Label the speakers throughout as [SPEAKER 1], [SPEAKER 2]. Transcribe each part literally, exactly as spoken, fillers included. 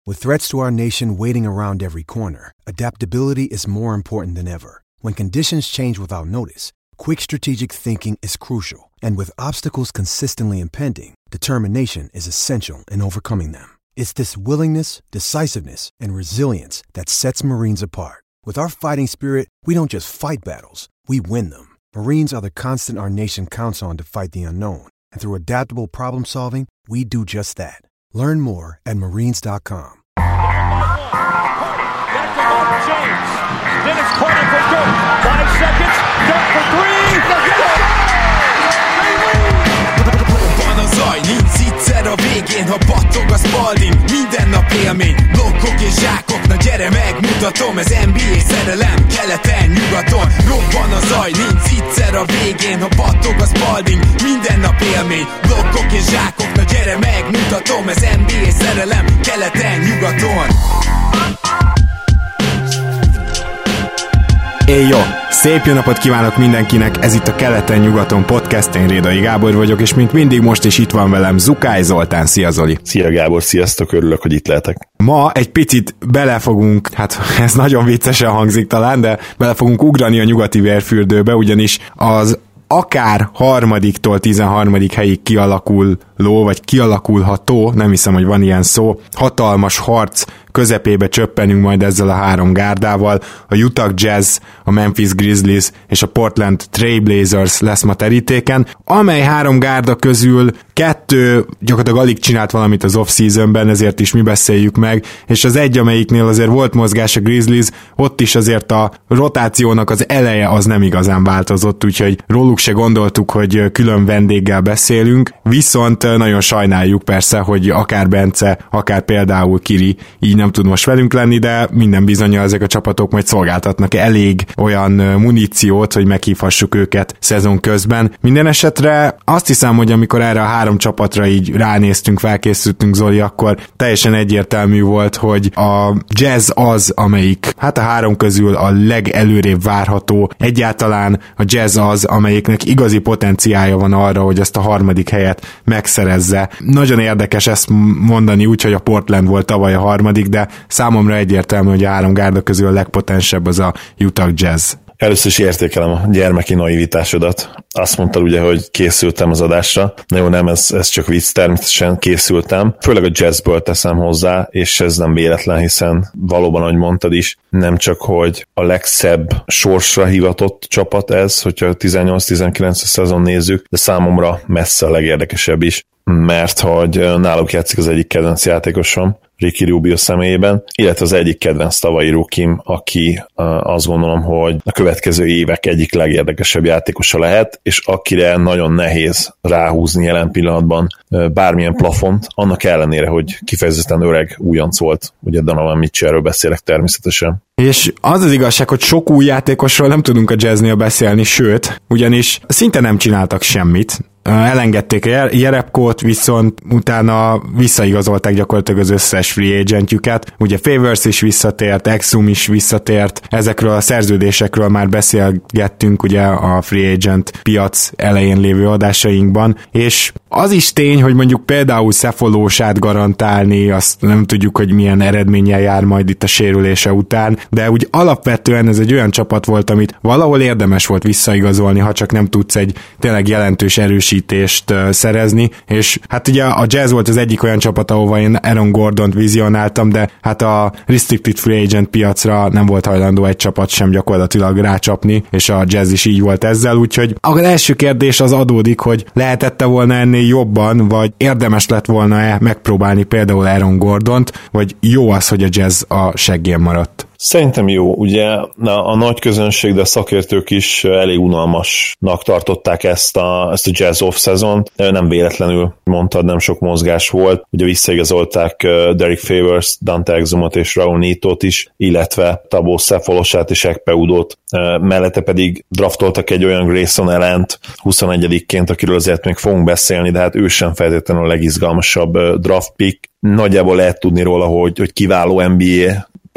[SPEAKER 1] With threats to our nation waiting around every corner, adaptability is more important than ever. When conditions change without notice, quick strategic thinking is crucial. And with obstacles consistently impending, determination is essential in overcoming them. It's this willingness, decisiveness, and resilience that sets Marines apart. With our fighting spirit, we don't just fight battles, we win them. Marines are the constant our nation counts on to fight the unknown. And through adaptable problem solving, we do just that. Learn more at marines dot com.
[SPEAKER 2] That's about James. Then it's Carter for Dirk. Five seconds. Dirk for three.
[SPEAKER 3] Van a zaj, nincs egyszer a végén, ha battog a Spalding. Minden nap élmény, blokkok és zsákok. Na gyere megmutatom, ez en bé á szerelem. Keleten, nyugaton, robban a zaj, nincs egyszer a végén, ha battog a Spalding. Minden nap élmény, blokkok és zsákok. Na gyere megmutatom, ez en bé á szerelem. Keleten, nyugaton.
[SPEAKER 4] Éj jó! Szép jó napot kívánok mindenkinek, ez itt a Keleten-nyugaton podcast, én Rédai Gábor vagyok, és mint mindig most is itt van velem Zukály Zoltán. Szia Zoli!
[SPEAKER 5] Szia Gábor, sziasztok, örülök, hogy itt lehetek.
[SPEAKER 4] Ma egy picit bele fogunk, hát ez nagyon viccesen hangzik talán, de bele fogunk ugrani a nyugati vérfürdőbe, ugyanis az akár harmadiktól tizenharmadik helyig kialakuló, vagy kialakulható, nem hiszem, hogy van ilyen szó, hatalmas harc közepébe csöppenünk majd ezzel a három gárdával. A Utah Jazz, a Memphis Grizzlies és a Portland Trail Blazers lesz ma terítéken, amely három gárda közül kettő gyakorlatilag alig csinált valamit az off-seasonben, ezért is mi beszéljük meg, és az egy, amelyiknél azért volt mozgás, a Grizzlies, ott is azért a rotációnak az eleje az nem igazán változott, úgyhogy róluk se gondoltuk, hogy külön vendéggel beszélünk, viszont nagyon sajnáljuk persze, hogy akár Bence, akár például Kiri így nem tud most velünk lenni, de minden bizonnyal ezek a csapatok majd szolgáltatnak elég olyan muníciót, hogy meghívhassuk őket szezon közben. Minden esetre azt hiszem, hogy amikor erre a három csapatra így ránéztünk, felkészültünk, Zoli, akkor teljesen egyértelmű volt, hogy a Jazz az, amelyik hát a három közül a legelőrébb várható. Egyáltalán a Jazz az, amelyiknek igazi potenciálja van arra, hogy ezt a harmadik helyet megszerezze. Nagyon érdekes ezt mondani úgy, hogy a Portland volt tavaly a harmadik, de számomra egyértelmű, hogy a három gárda közül a legpotensebb az a Utah Jazz.
[SPEAKER 5] Először is értékelem a gyermeki naivitásodat. Azt mondtad ugye, hogy készültem az adásra. Na jó, nem, ez, ez csak vicc, természetesen készültem. Főleg a Jazzből teszem hozzá, és ez nem véletlen, hiszen valóban, ahogy mondtad is, nem csak, hogy a legszebb sorsra hivatott csapat ez, hogyha tizennyolc-tizenkilenc szezon nézzük, de számomra messze a legérdekesebb is, mert hogy náluk játszik az egyik kedvenc játékosom, Ricky Rubio személyében, illetve az egyik kedvenc tavalyi rookim, aki azt gondolom, hogy a következő évek egyik legérdekesebb játékosa lehet, és akire nagyon nehéz ráhúzni jelen pillanatban bármilyen plafont, annak ellenére, hogy kifejezetten öreg újonc volt, ugye Donovan Mitchellről beszélek természetesen.
[SPEAKER 4] És az az igazság, hogy sok új játékosról nem tudunk a Jazznél beszélni, sőt, ugyanis szinte nem csináltak semmit. Elengedték a Jerebkót, viszont utána visszaigazolták gyakorlatilag az összes free agentjüket. Ugye Favors is visszatért, Exum is visszatért, ezekről a szerződésekről már beszélgettünk ugye a free agent piac elején lévő adásainkban, és az is tény, hogy mondjuk például Szefolósát garantálni, azt nem tudjuk, hogy milyen eredménnyel jár majd itt a sérülése után, de úgy alapvetően ez egy olyan csapat volt, amit valahol érdemes volt visszaigazolni, ha csak nem tudsz egy tényleg jelentős erősítést szerezni, és hát ugye a Jazz volt az egyik olyan csapat, ahova én Aaron Gordont vizionáltam, de hát a restricted free agent piacra nem volt hajlandó egy csapat sem gyakorlatilag rácsapni, és a Jazz is így volt ezzel, úgyhogy az első kérdés az adódik, hogy lehetette volna ennél jobban, vagy érdemes lett volna-e megpróbálni például Aaron Gordont, vagy jó az, hogy a Jazz a seggén maradt?
[SPEAKER 5] Szerintem jó, ugye a, a nagy közönség, de a szakértők is elég unalmasnak tartották ezt a, ezt a Jazz off-szezont, nem véletlenül mondtad, nem sok mozgás volt, ugye visszaigazolták Derek Favors, Dante Exumot és Raul Neatot is, illetve Thabo Sefolosát és Ekpeudot, mellette pedig draftoltak egy olyan Grayson Allent huszonegyedikként, akiről azért még fogunk beszélni, de hát ő sem feltétlenül a legizgalmasabb draft pick. Nagyjából lehet tudni róla, hogy, hogy kiváló en bé á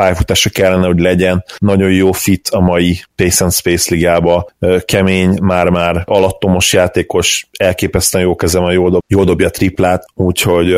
[SPEAKER 5] pályafutása kellene, hogy legyen. Nagyon jó fit a mai Pace and Space ligába, kemény, már-már alattomos játékos, elképesztően jó keze van, jól, dob, jól dobja a triplát, úgyhogy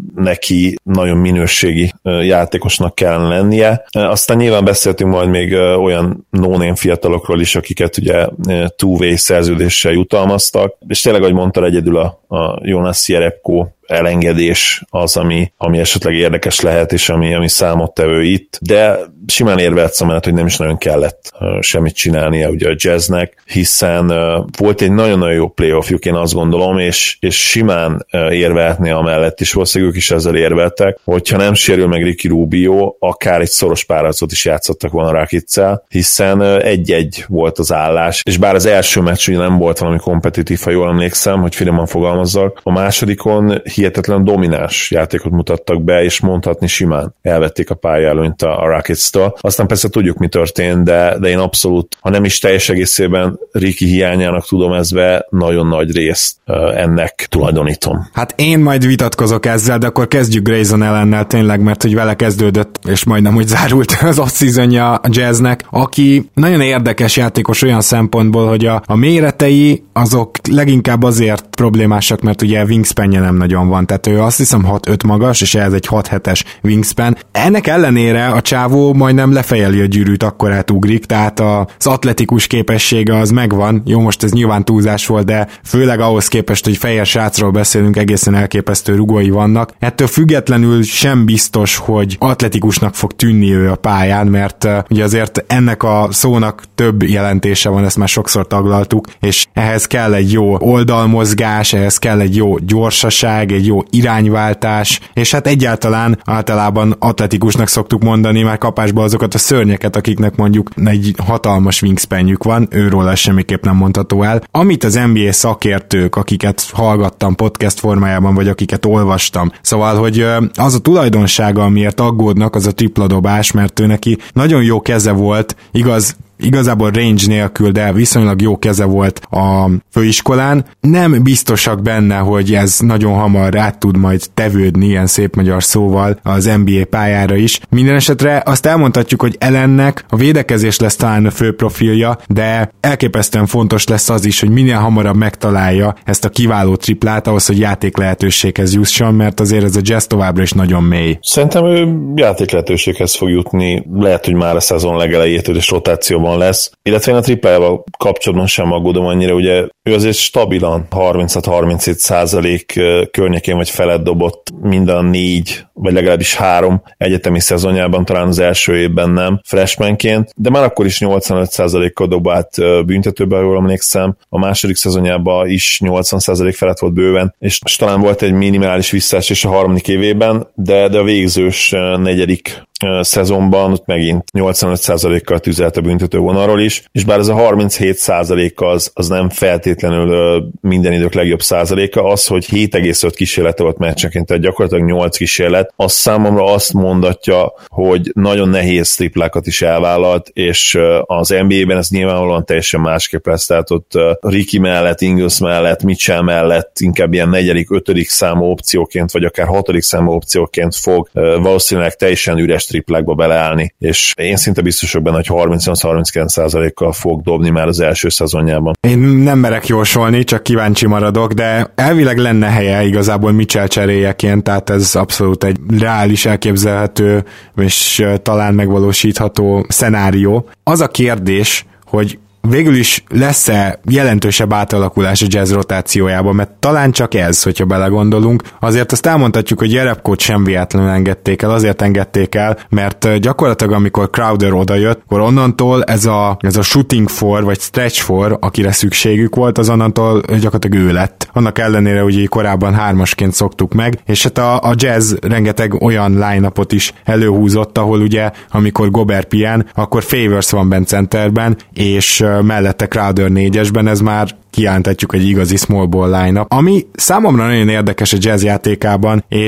[SPEAKER 5] neki nagyon minőségi játékosnak kellene lennie. Aztán nyilván beszéltünk majd még olyan no-name fiatalokról is, akiket ugye two-way szerződéssel jutalmaztak, és tényleg, ahogy mondta, egyedül a, a Jonas Jerebko elengedés az, ami, ami esetleg érdekes lehet, és ami, ami számottevő itt, de simán érvehetsz amellett, hogy nem is nagyon kellett uh, semmit csinálnia ugye a Jazznek, hiszen uh, volt egy nagyon-nagyon jó playoffjuk, én azt gondolom, és, és simán uh, érvehetné amellett is, valószínűleg ők is ezzel érveltek, hogyha nem sérül meg Ricky Rubio, akár egy szoros párharcot is játszottak volna Rakiccal, hiszen uh, egy-egy volt az állás, és bár az első meccs ugye nem volt valami kompetitív, ha jól emlékszem, hogy finoman fogalmazzak, a másodikon hihetetlen domináns játékot mutattak be, és mondhatni simán elvették a pályállónyt a Rockets-től. Aztán persze tudjuk, mi történt, de, de én abszolút, ha nem is teljes egészében Ricky hiányának tudom ezbe, nagyon nagy részt uh, ennek tulajdonítom.
[SPEAKER 4] Hát én majd vitatkozok ezzel, de akkor kezdjük Grayson Allennel tényleg, mert hogy vele kezdődött, és majdnem úgy zárult az off-seasonja a Jazznek, aki nagyon érdekes játékos olyan szempontból, hogy a, a méretei azok leginkább azért problémásak, mert ugye wingspanje nem nagyon van, tehát ő azt hiszem hat öt magas, és ez egy hat hetes wingspan. Ennek ellenére a csávó majdnem lefejeli a gyűrűt, akkor átugrik, tehát az atletikus képessége az megvan. Jó, most ez nyilván túlzás volt, de főleg ahhoz képest, hogy fehér srácról beszélünk, egészen elképesztő rugói vannak. Ettől függetlenül sem biztos, hogy atletikusnak fog tűnni ő a pályán, mert uh, ugye azért ennek a szónak több jelentése van, ezt már sokszor taglaltuk, és ehhez kell egy jó oldalmozgás, ehhez kell egy jó gyorsaság, egy jó irányváltás, és hát egyáltalán általában atletikusnak szoktuk mondani már kapásba azokat a szörnyeket, akiknek mondjuk egy hatalmas wingspanjük van, őról ez semmiképp nem mondható el. Amit az en bé á szakértők, akiket hallgattam podcast formájában, vagy akiket olvastam, szóval, hogy az a tulajdonsága, amiért aggódnak, az a tripladobás, mert ő neki nagyon jó keze volt, igaz, igazából range nélkül, de viszonylag jó keze volt a főiskolán. Nem biztosak benne, hogy ez nagyon hamar rá tud majd tevődni, ilyen szép magyar szóval, az en bé á pályára is. Minden esetre azt elmondhatjuk, hogy Allennek a védekezés lesz talán a fő profilja, de elképesztően fontos lesz az is, hogy minél hamarabb megtalálja ezt a kiváló triplát ahhoz, hogy játék lehetőséghez jusson, mert azért ez a Jazz továbbra is nagyon mély.
[SPEAKER 5] Szerintem ő játék lehetőséghez fog jutni, lehet, hogy már a szezon legelejétől és rotációban lesz, illetve én a triplájával kapcsolatban sem aggódom annyira, ugye ő azért stabilan harminchat-harminchét százalék környékén vagy felett dobott minden négy, vagy legalábbis három egyetemi szezonjában, talán az első évben nem, freshmanként, de már akkor is nyolcvanöt százalékkal dobált büntetőben, jól emlékszem, a második szezonjában is nyolcvan százalék felett volt bőven, és, és talán volt egy minimális visszaesés a harmadik évében, de, de a végzős negyedik szezonban ott megint nyolcvanöt százalékkal tüzelt a büntető vonalról is, és bár ez a harminchét százalék az, az nem feltétlenül minden idők legjobb százaléka, az, hogy hét egész öt kísérlete volt meccsenként, tehát gyakorlatilag nyolc kísérlet, az számomra azt mondatja, hogy nagyon nehéz triplákat is elvállalt, és az en bé á-ben ez nyilvánvalóan teljesen másképp lesz, tehát ott Ricky mellett, Ingles mellett, Mitchell mellett inkább ilyen negyedik, ötödik számú opcióként, vagy akár hatodik számú opcióként fog valószínűleg teljesen üres triplákba beleállni, és én szinte biztos vagyok benne, hogy harmincnyolc-harminckilenc százalékkal fog dobni már az első szezonjában.
[SPEAKER 4] Én nem merek jósolni, csak kíváncsi maradok, de elvileg lenne helye igazából Mitchell cseréjeként, tehát ez abszolút egy reális, elképzelhető és talán megvalósítható szenárió. Az a kérdés, hogy végül is lesz-e jelentősebb átalakulás a Jazz rotációjában, mert talán csak ez, hogyha belegondolunk. Azért azt elmondhatjuk, hogy Jerebkót sem véletlenül engedték el, azért engedték el, mert gyakorlatilag amikor Crowder odajött, akkor onnantól ez a, ez a shooting four, vagy stretch four, akire szükségük volt, az onnantól gyakorlatilag ő lett. Annak ellenére, hogy korábban hármasként szoktuk meg, és hát a, a Jazz rengeteg olyan line-upot is előhúzott, ahol ugye, amikor Gobert pihen, akkor Favors van bent centerben, és mellette Crowder négyesben, ez már kijelenthetjük egy igazi small ball line-up. Ami számomra nagyon érdekes a Jazz játékában, és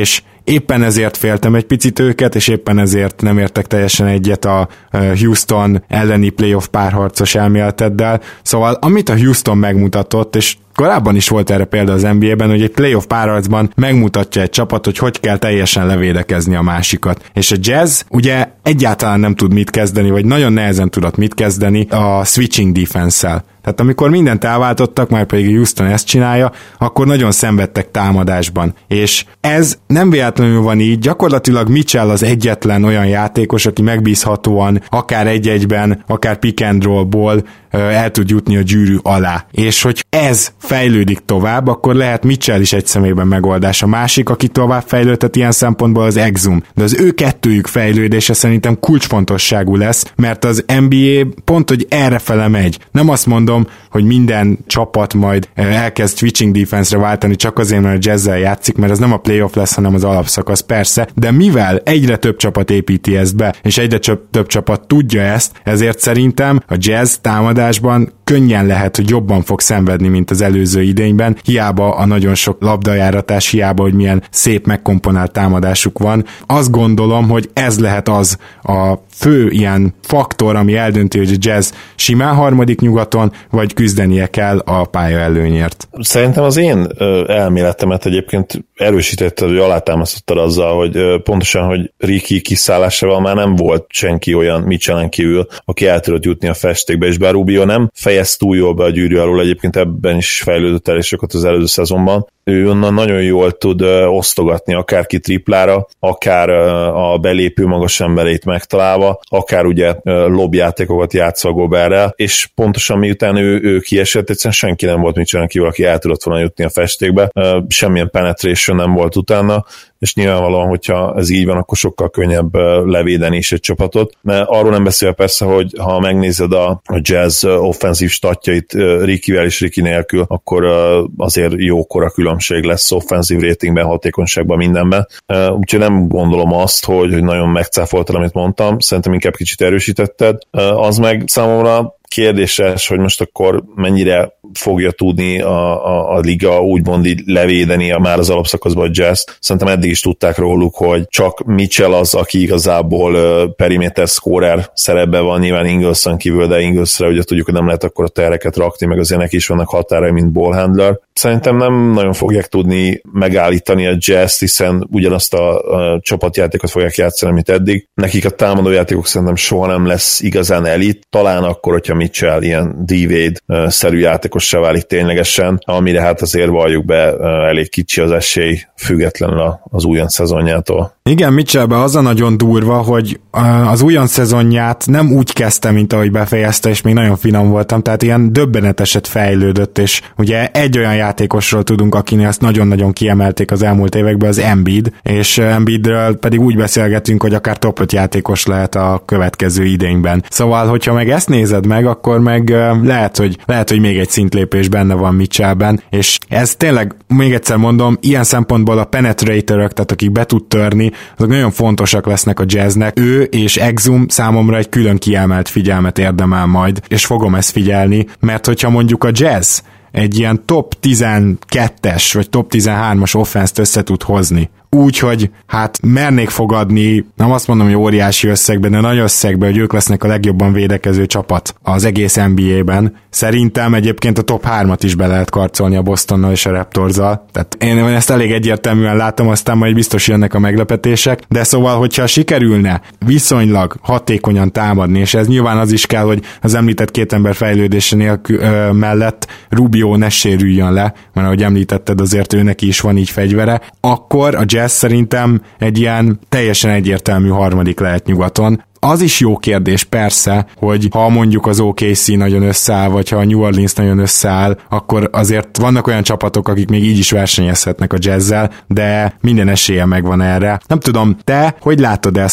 [SPEAKER 4] éppen ezért féltem egy picit őket, és éppen ezért nem értek teljesen egyet a Houston elleni playoff párharcos elméleteddel. Szóval amit a Houston megmutatott, és korábban is volt erre példa az en bé á-ben, hogy egy playoff párharcban megmutatja egy csapat, hogy hogy kell teljesen levédekezni a másikat. És a Jazz ugye egyáltalán nem tud mit kezdeni, vagy nagyon nehezen tudott mit kezdeni a switching defense-szel. Tehát amikor mindent elváltottak, már pedig a Houston ezt csinálja, akkor nagyon szenvedtek támadásban. És ez nem véletlenül van így, gyakorlatilag Mitchell az egyetlen olyan játékos, aki megbízhatóan akár egy-egyben, akár pick and roll-ból el tud jutni a gyűrű alá. És hogy ez fejlődik tovább, akkor lehet Mitchell is egy személyben megoldás. A másik, aki tovább fejlődhet ilyen szempontból, az Exum. De az ő kettőjük fejlődése szerintem kulcsfontosságú lesz, mert az en bé á pont, hogy errefele megy. Nem azt mondom, hogy minden csapat majd elkezd switching defense-re váltani csak azért, mert a Jazz-zel játszik, mert ez nem a playoff lesz, hanem az alapszakasz, persze, de mivel egyre több csapat építi ezt be, és egyre több csapat tudja ezt, ezért szerintem a Jazz támadásban könnyen lehet, hogy jobban fog szenvedni, mint az előző idényben, hiába a nagyon sok labdajáratás, hiába, hogy milyen szép megkomponált támadásuk van. Azt gondolom, hogy ez lehet az a fő ilyen faktor, ami eldönti, hogy a Jazz simán harmadik nyugaton, vagy küzdenie kell a pálya előnyért.
[SPEAKER 5] Szerintem az én elméletemet egyébként erősítetted, hogy alátámasztottad azzal, hogy pontosan, hogy Ricky kiszállásával már nem volt senki olyan Mitchellen kívül, aki el tudott jutni a festékbe, és bár Rubio nem fejez túl jól be a gyűrű alól, egyébként ebben is fejlődött el, és sokat az előző szezonban, ő onnan nagyon jól tud osztogatni, akár ki triplára, akár a belépő magas emberét megtalálva, akár ugye lobjátékokat játszva Goberrel, és pontosan miután ő, ő kiesett, egyszerűen senki nem volt Mitchellen kívül, aki el tudott volna jutni a festékbe, semmilyen penetration nem volt utána, és nyilvánvalóan, hogyha ez így van, akkor sokkal könnyebb levédeni is egy csapatot. Mert arról nem beszél persze, hogy ha megnézed a, a Jazz offenzív statjait Rickyvel és Ricky nélkül, akkor azért jókora különbség lesz offenzív ratingben, hatékonyságban, mindenben. Úgyhogy nem gondolom azt, hogy, hogy nagyon megcáfoltad, amit mondtam, szerintem inkább kicsit erősítetted. Az meg számomra kérdéses, hogy most akkor mennyire fogja tudni a, a, a liga úgymond így levédeni a, már az alapszakaszban a Jazz. Szerintem eddig is tudták róluk, hogy csak Mitchell az, aki igazából uh, perimeter scorer szerepben van, nyilván Ingleson kívül, de Inglesre ugye tudjuk, hogy nem lehet akkor a tereket rakni, meg azért neki is vannak határai, mint ballhandler. Szerintem nem nagyon fogják tudni megállítani a Jazz, hiszen ugyanazt a, a csapatjátékot fogják játszani, mint eddig. Nekik a támadójátékok szerintem soha nem lesz igazán elit, talán akkor, hogyha Mitchell ilyen D-Wade-szerű játékossá válik ténylegesen, amire hát azért valljuk be, elég kicsi az esély, függetlenül az újonc szezonjától.
[SPEAKER 4] Igen, Mitchellben az a nagyon durva, hogy az újonc szezonját nem úgy kezdte, mint ahogy befejezte, és még nagyon finom voltam, tehát ilyen döbbeneteset fejlődött, és ugye egy olyan játékosról tudunk, akinél ezt nagyon-nagyon kiemelték az elmúlt években, az Embiid, és Embiidről pedig úgy beszélgetünk, hogy akár top öt játékos lehet a következő idényben. Szóval, hogyha meg ezt nézed meg, akkor meg lehet, hogy, lehet, hogy még egy szintlépés benne van Mitchellben, és ez tényleg, még egyszer mondom, ilyen szempontból a penetratorok, tehát akik be tud törni, azok nagyon fontosak lesznek a Jazznek. Ő és Exum számomra egy külön kiemelt figyelmet érdemel majd, és fogom ezt figyelni, mert hogyha mondjuk a Jazz egy ilyen top tizenkettes vagy top tizenhármas offenszt össze tud hozni, úgy, hogy hát mernék fogadni, nem azt mondom, hogy óriási összegben, de nagy összegben, hogy ők lesznek a legjobban védekező csapat az egész en bé á-ben. Szerintem egyébként a top hármat is be lehet karcolni a Bostonnal és a Raptorzzal. Tehát én ezt elég egyértelműen látom, aztán majd biztos jönnek a meglepetések, de szóval, hogyha sikerülne viszonylag hatékonyan támadni, és ez nyilván az is kell, hogy az említett két ember fejlődése nélkül ö, mellett Rubio ne sérüljön le, mert ahogy említetted, azért ő neki is van így fegyvere, akkor a Jazz szerintem egy ilyen teljesen egyértelmű harmadik lehet nyugaton. Az is jó kérdés persze, hogy ha mondjuk az o ká cé nagyon összeáll, vagy ha a New Orleans nagyon összeáll, akkor azért vannak olyan csapatok, akik még így is versenyezhetnek a Jazzel, de minden esélye megvan erre. Nem tudom, te hogy látod ezt, hogy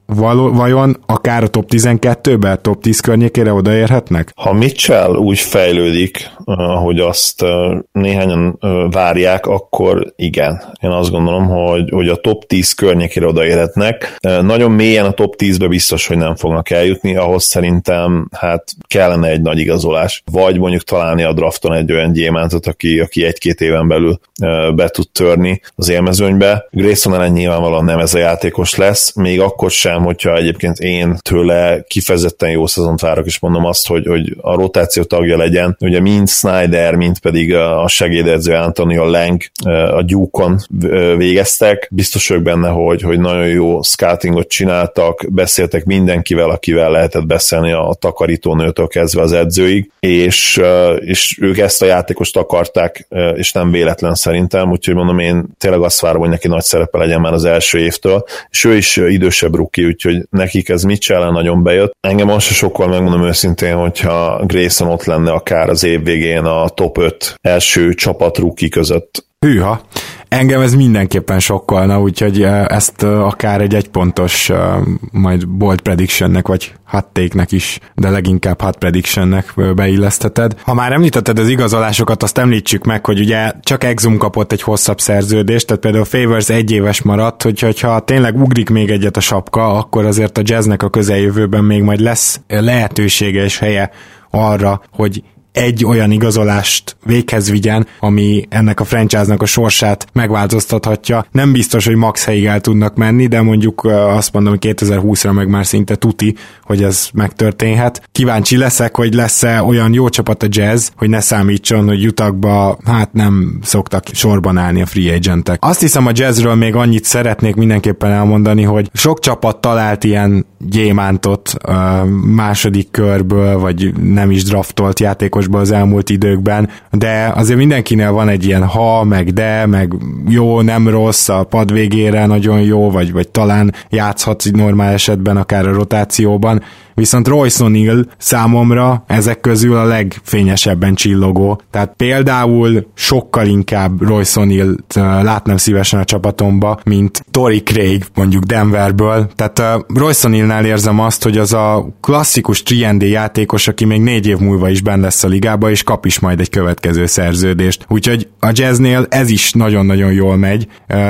[SPEAKER 4] való, vajon akár a top tizenkettőbe, top tíz környékére odaérhetnek?
[SPEAKER 5] Ha Mitchell úgy fejlődik, ahogy azt néhányan várják, akkor igen. Én azt gondolom, hogy, hogy a top tíz környékére odaérhetnek. Nagyon mélyen a top tízbe biztos, hogy nem fognak eljutni, ahhoz szerintem hát kellene egy nagy igazolás. Vagy mondjuk találni a drafton egy olyan gyémántot, aki, aki egy-két éven belül be tud törni az élmezőnybe. Grayson ellen nyilvánvalóan nem ez a játékos lesz, még akkor sem, hogyha egyébként én tőle kifejezetten jó szezont várok, és mondom azt, hogy, hogy a rotáció tagja legyen. Ugye mind Snyder, mind pedig a segédedző Antonio Lang a Duke-on végeztek. Biztos vagyok benne, hogy, hogy nagyon jó scoutingot csináltak, beszéltek mindenkivel, akivel lehetett beszélni a takarítónőtől kezdve az edzőig, és, és ők ezt a játékost akarták, és nem véletlen szerintem, úgyhogy mondom, én tényleg azt várom, hogy neki nagy szerepe legyen már az első évtől, és ő is idősebb rookie, úgyhogy nekik ez Mitchell nagyon bejött. Engem most se sokkal megmondom őszintén, hogyha Grayson ott lenne akár az év végén a top öt első csapat rookie között.
[SPEAKER 4] Hűha! Engem ez mindenképpen sokkolna, úgyhogy ezt akár egy egypontos majd bold predictionnek, vagy hot take-nek is, de leginkább hot predictionnek beilleszteted. Ha már említetted az igazolásokat, azt említsük meg, hogy ugye csak Exum kapott egy hosszabb szerződést, tehát például Favors egy éves maradt, hogy ha tényleg ugrik még egyet a sapka, akkor azért a Jazznek a közeljövőben még majd lesz lehetősége és helye arra, hogy egy olyan igazolást véghez vigyen, ami ennek a franchise-nak a sorsát megváltoztathatja. Nem biztos, hogy max helyig el tudnak menni, de mondjuk azt mondom, hogy kétezer-húszra meg már szinte tuti, hogy ez megtörténhet. Kíváncsi leszek, hogy lesz-e olyan jó csapat a Jazz, hogy ne számítson, hogy Utahba hát nem szoktak sorban állni a free agentek. Azt hiszem, a Jazzről még annyit szeretnék mindenképpen elmondani, hogy sok csapat talált ilyen gyémántot a második körből, vagy nem is draftolt játékosból az elmúlt időkben, de azért mindenkinél van egy ilyen ha, meg de, meg jó, nem rossz, a pad végére nagyon jó, vagy, vagy talán játszhat normál esetben akár a rotációban, viszont Royce O'Neal számomra ezek közül a legfényesebben csillogó. Tehát például sokkal inkább Royce O'Neal-t látnám szívesen a csapatomba, mint Torrey Craig mondjuk Denverből. Tehát Royce O'Nealnál érzem azt, hogy az a klasszikus három and D játékos, aki még négy év múlva is benne lesz a ligába, és kap is majd egy következő szerződést. Úgyhogy a Jazznél ez is nagyon-nagyon jól megy,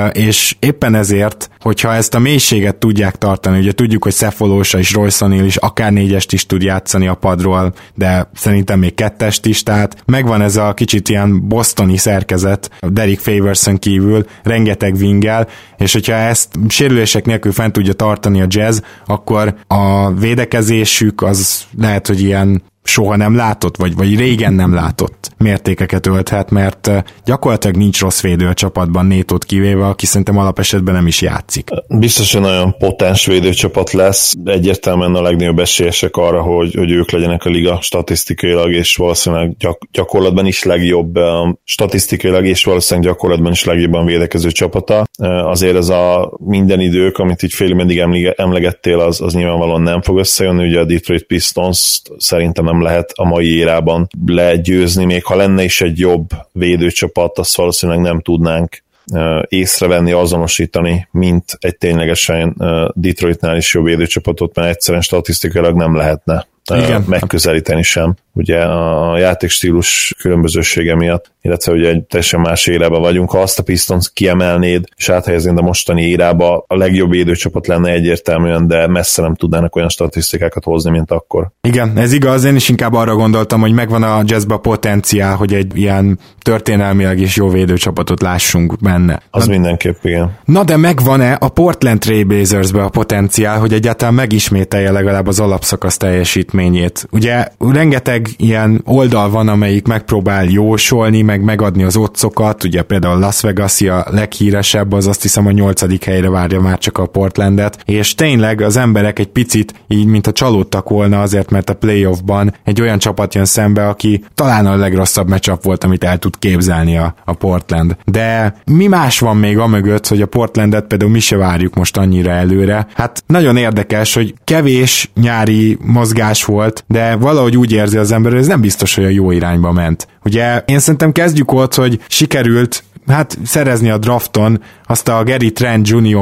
[SPEAKER 4] és éppen ezért, hogyha ezt a mélységet tudják tartani, ugye tudjuk, hogy Szefolósa és Royce O'Neal is akár négyest is tud játszani a padról, de szerintem még kettest is, tehát megvan ez a kicsit ilyen bostoni szerkezet, Derek Favorson kívül, rengeteg wingel, és hogyha ezt sérülések nélkül fent tudja tartani a Jazz, akkor a védekezésük az lehet, hogy ilyen soha nem látott, vagy, vagy régen nem látott mértékeket ölthet, mert gyakorlatilag nincs rossz védő a csapatban, Nétót kivéve, aki szerintem alapesetben nem is játszik.
[SPEAKER 5] Biztos, hogy nagyon potens védőcsapat lesz, egyértelműen a legnagyobb esélyesek arra, hogy, hogy ők legyenek a liga statisztikailag, és valószínűleg gyak, gyakorlatban is legjobb statisztikailag, és valószínűleg gyakorlatban is legjobban védekező csapata. Azért ez a minden idők, amit így félig meddig emlegettél, az, az nyilvánvalóan nem fog összejönni, ugye a Detroit Pistons szerintem nem lehet a mai érában legyőzni, még ha lenne is egy jobb védőcsapat, azt valószínűleg nem tudnánk észrevenni, azonosítani, mint egy ténylegesen Detroitnál is jobb védőcsapatot, mert egyszerűen statisztikailag nem lehetne Igen. megközelíteni sem. Ugye a játékstílus különbözősége miatt, illetve ugye egy teljesen más érában vagyunk. Ha azt a Pistons kiemelnéd, és áthelyeznéd a mostani érába, a legjobb védőcsapat lenne egyértelműen, de messze nem tudnának olyan statisztikákat hozni, mint akkor.
[SPEAKER 4] Igen, ez igaz, én is inkább arra gondoltam, hogy megvan a Jazzba potenciál, hogy egy ilyen történelmileg is jó védőcsapatot lássunk benne.
[SPEAKER 5] Az Na, mindenképp, igen.
[SPEAKER 4] Na de megvan-e a Portland Trail Blazersbe a potenciál, hogy egyáltalán megismételje legalább az alapszakasz teljesítményét? Ugye rengeteg ilyen oldal van, amelyik megpróbál jósolni, meg megadni az otcokat, ugye például Las Vegas-i a leghíresebb, az azt hiszem a nyolcadik helyre várja már csak a Portlandet, és tényleg az emberek egy picit így, mint a csalódtak volna azért, mert a playoffban egy olyan csapat jön szembe, aki talán a legrosszabb matchup volt, amit el tud képzelni a, a Portland. De mi más van még amögött, hogy a Portlandet például mi se várjuk most annyira előre? Hát nagyon érdekes, hogy kevés nyári mozgás volt, de valahogy úgy érzi az ember, hogy ez nem biztos, hogy a jó irányba ment. Ugye én szerintem kezdjük ott, hogy sikerült hát szerezni a drafton azt a Gary Trent juniort,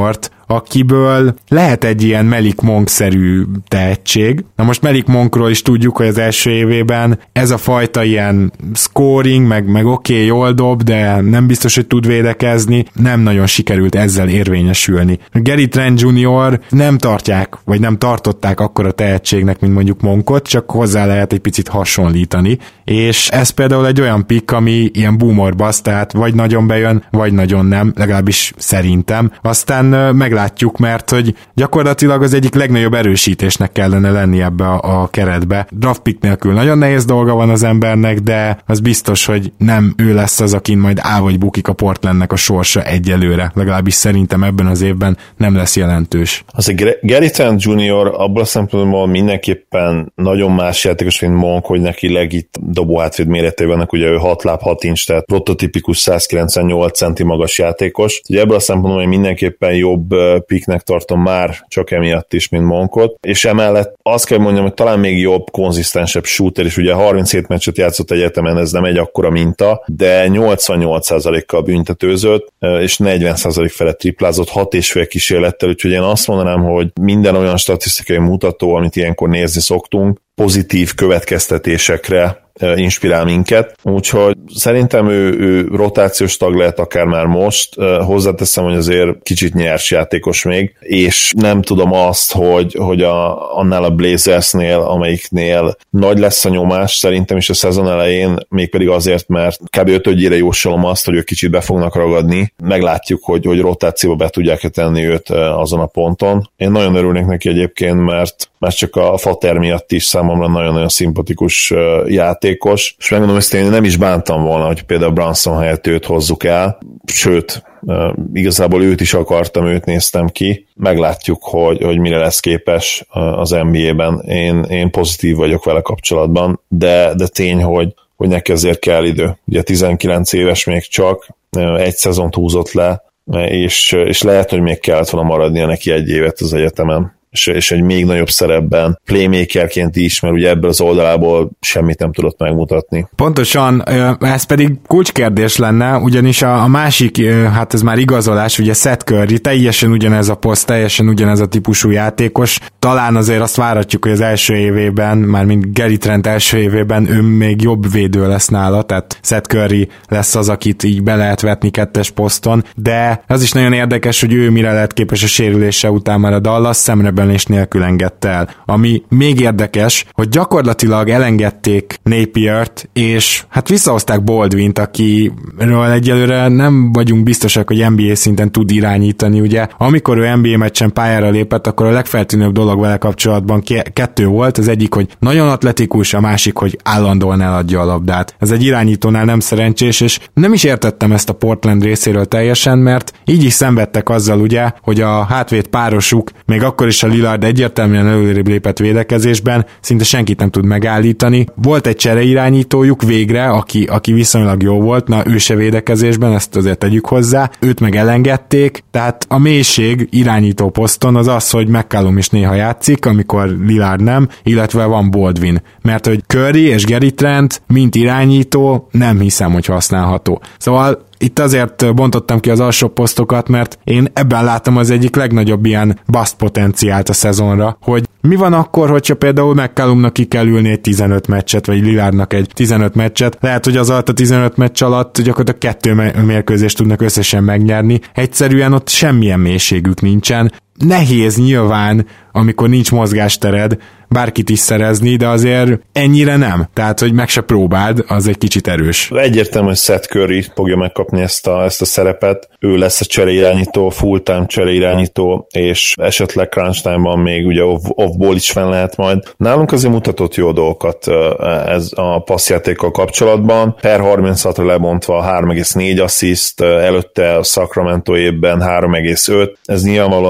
[SPEAKER 4] akiből lehet egy ilyen Malik Monk-szerű tehetség. Na most Malik Monkról is tudjuk, hogy az első évében ez a fajta ilyen scoring, meg, meg oké, okay, jól dob, de nem biztos, hogy tud védekezni, nem nagyon sikerült ezzel érvényesülni. Gary Trent junior nem tartják, vagy nem tartották akkora tehetségnek, mint mondjuk Monkot, csak hozzá lehet egy picit hasonlítani, és ez például egy olyan pick, ami ilyen boomer bust, tehát vagy nagyon bejön, vagy nagyon nem, legalábbis szerintem. Aztán meglátjuk, mert hogy gyakorlatilag az egyik legnagyobb erősítésnek kellene lenni ebbe a, a keretbe. Draft pick nélkül nagyon nehéz dolga van az embernek, de az biztos, hogy nem ő lesz az, akin majd áll vagy bukik a Portlandnek a sorsa egyelőre. Legalábbis szerintem ebben az évben nem lesz jelentős.
[SPEAKER 5] Az Gary Trent junior abból a szempontból mindenképpen nagyon más játékos, mint Monk, hogy neki legit dobó hátvéd méretében vannak, ugye ő hat láb hat inch, tehát prototipikus száz kilencvennyolc centi magas játékos. Ugye ebből a szempontból én mindenképpen jobb picknek tartom már csak emiatt is, mint Monkot, és emellett azt kell mondjam, hogy talán még jobb, konzisztensebb shooter, és ugye harminchét meccset játszott egyetemen, ez nem egy akkora minta, de nyolcvannyolc százalékkal büntetőzött, és negyven százalék felett triplázott, hat és fél kísérlettel, úgyhogy én azt mondanám, hogy minden olyan statisztikai mutató, amit ilyenkor nézni szoktunk, pozitív következtetésekre inspirál minket, úgyhogy szerintem ő, ő rotációs tag lehet akár már most, hozzáteszem, hogy azért kicsit nyers játékos még, és nem tudom azt, hogy, hogy a, annál a Blazersnél, amelyiknél nagy lesz a nyomás, szerintem is a szezon elején, mégpedig azért, mert kb. ötödjére jósolom azt, hogy ők kicsit be fognak ragadni, meglátjuk, hogy, hogy rotációba be tudják-e tenni őt azon a ponton. Én nagyon örülnék neki egyébként, mert már csak a Fater miatt is számomra nagyon-nagyon szimpatikus játékos, és megmondom, hogy én nem is bántam volna, hogy például Brunson helyett őt hozzuk el, sőt, igazából őt is akartam, őt néztem ki, meglátjuk, hogy, hogy mire lesz képes az en bé á-ben. Én, én pozitív vagyok vele kapcsolatban, de, de tény, hogy, hogy neki azért kell idő. Ugye tizenkilenc éves még csak, egy szezont húzott le, és, és lehet, hogy még kellett volna maradnia neki egy évet az egyetemen. És, és egy még nagyobb szerepben playmakerként is, mert ugye ebből az oldalából semmit nem tudott megmutatni.
[SPEAKER 4] Pontosan, ez pedig kulcskérdés lenne, ugyanis a, a másik, hát ez már igazolás, ugye Seth Curry, teljesen ugyanez a poszt, teljesen ugyanez a típusú játékos, talán azért azt várhatjuk, hogy az első évében, már mint Gary Trent első évében ő még jobb védő lesz nála, tehát Seth Curry lesz az, akit így be lehet vetni kettes poszton, de az is nagyon érdekes, hogy ő mire lehet képes a sérülése után már a Dallas szemre és nélkül engedte el. Ami még érdekes, hogy gyakorlatilag elengedték Napiert, és hát visszahozták Baldwint, akiről egyelőre nem vagyunk biztosak, hogy en bé á szinten tud irányítani, ugye. Amikor ő en bé á meccsen pályára lépett, akkor a legfeltűnőbb dolog vele kapcsolatban kettő volt, az egyik, hogy nagyon atletikus, a másik, hogy állandóan eladja a labdát. Ez egy irányítónál nem szerencsés, és nem is értettem ezt a Portland részéről teljesen, mert így is szenvedtek azzal, ugye, hogy a hátvéd párosuk még akkor is a Lillard egyértelműen előrébb lépett védekezésben, szinte senkit nem tud megállítani. Volt egy csereirányítójuk végre, aki, aki viszonylag jó volt, na ő se védekezésben, ezt azért tegyük hozzá, őt meg elengedték, tehát a mélység irányító poszton az az, hogy McCallum is néha játszik, amikor Lillard nem, illetve van Baldwin, mert hogy Curry és Gary Trent, mint irányító, nem hiszem, hogy használható. Szóval itt azért bontottam ki az alsó posztokat, mert én ebben látom az egyik legnagyobb ilyen bust potenciált a szezonra, hogy mi van akkor, hogyha például McCallumnak ki kell ülni egy tizenöt meccset, vagy Lillardnak egy tizenöt meccset, lehet, hogy az alatt a tizenöt meccs alatt gyakorlatilag kettő mérkőzést tudnak összesen megnyerni, egyszerűen ott semmilyen mélységük nincsen. Nehéz nyilván, amikor nincs mozgástered, bárkit is szerezni, de azért ennyire nem. Tehát, hogy meg se próbáld, az egy kicsit erős.
[SPEAKER 5] Egyértelmű, hogy Seth Curry fogja megkapni ezt a, ezt a szerepet. Ő lesz a csereirányító, full-time csereirányító, és esetleg crunch time-ban még ugye off-ball is fenn lehet majd. Nálunk azért mutatott jó dolgokat ez a passzjátékkal kapcsolatban. Per harmincatra lebontva három egész négy assziszt, előtte a Sacramento évben három egész öt. Ez nyilvánvalóan nem egy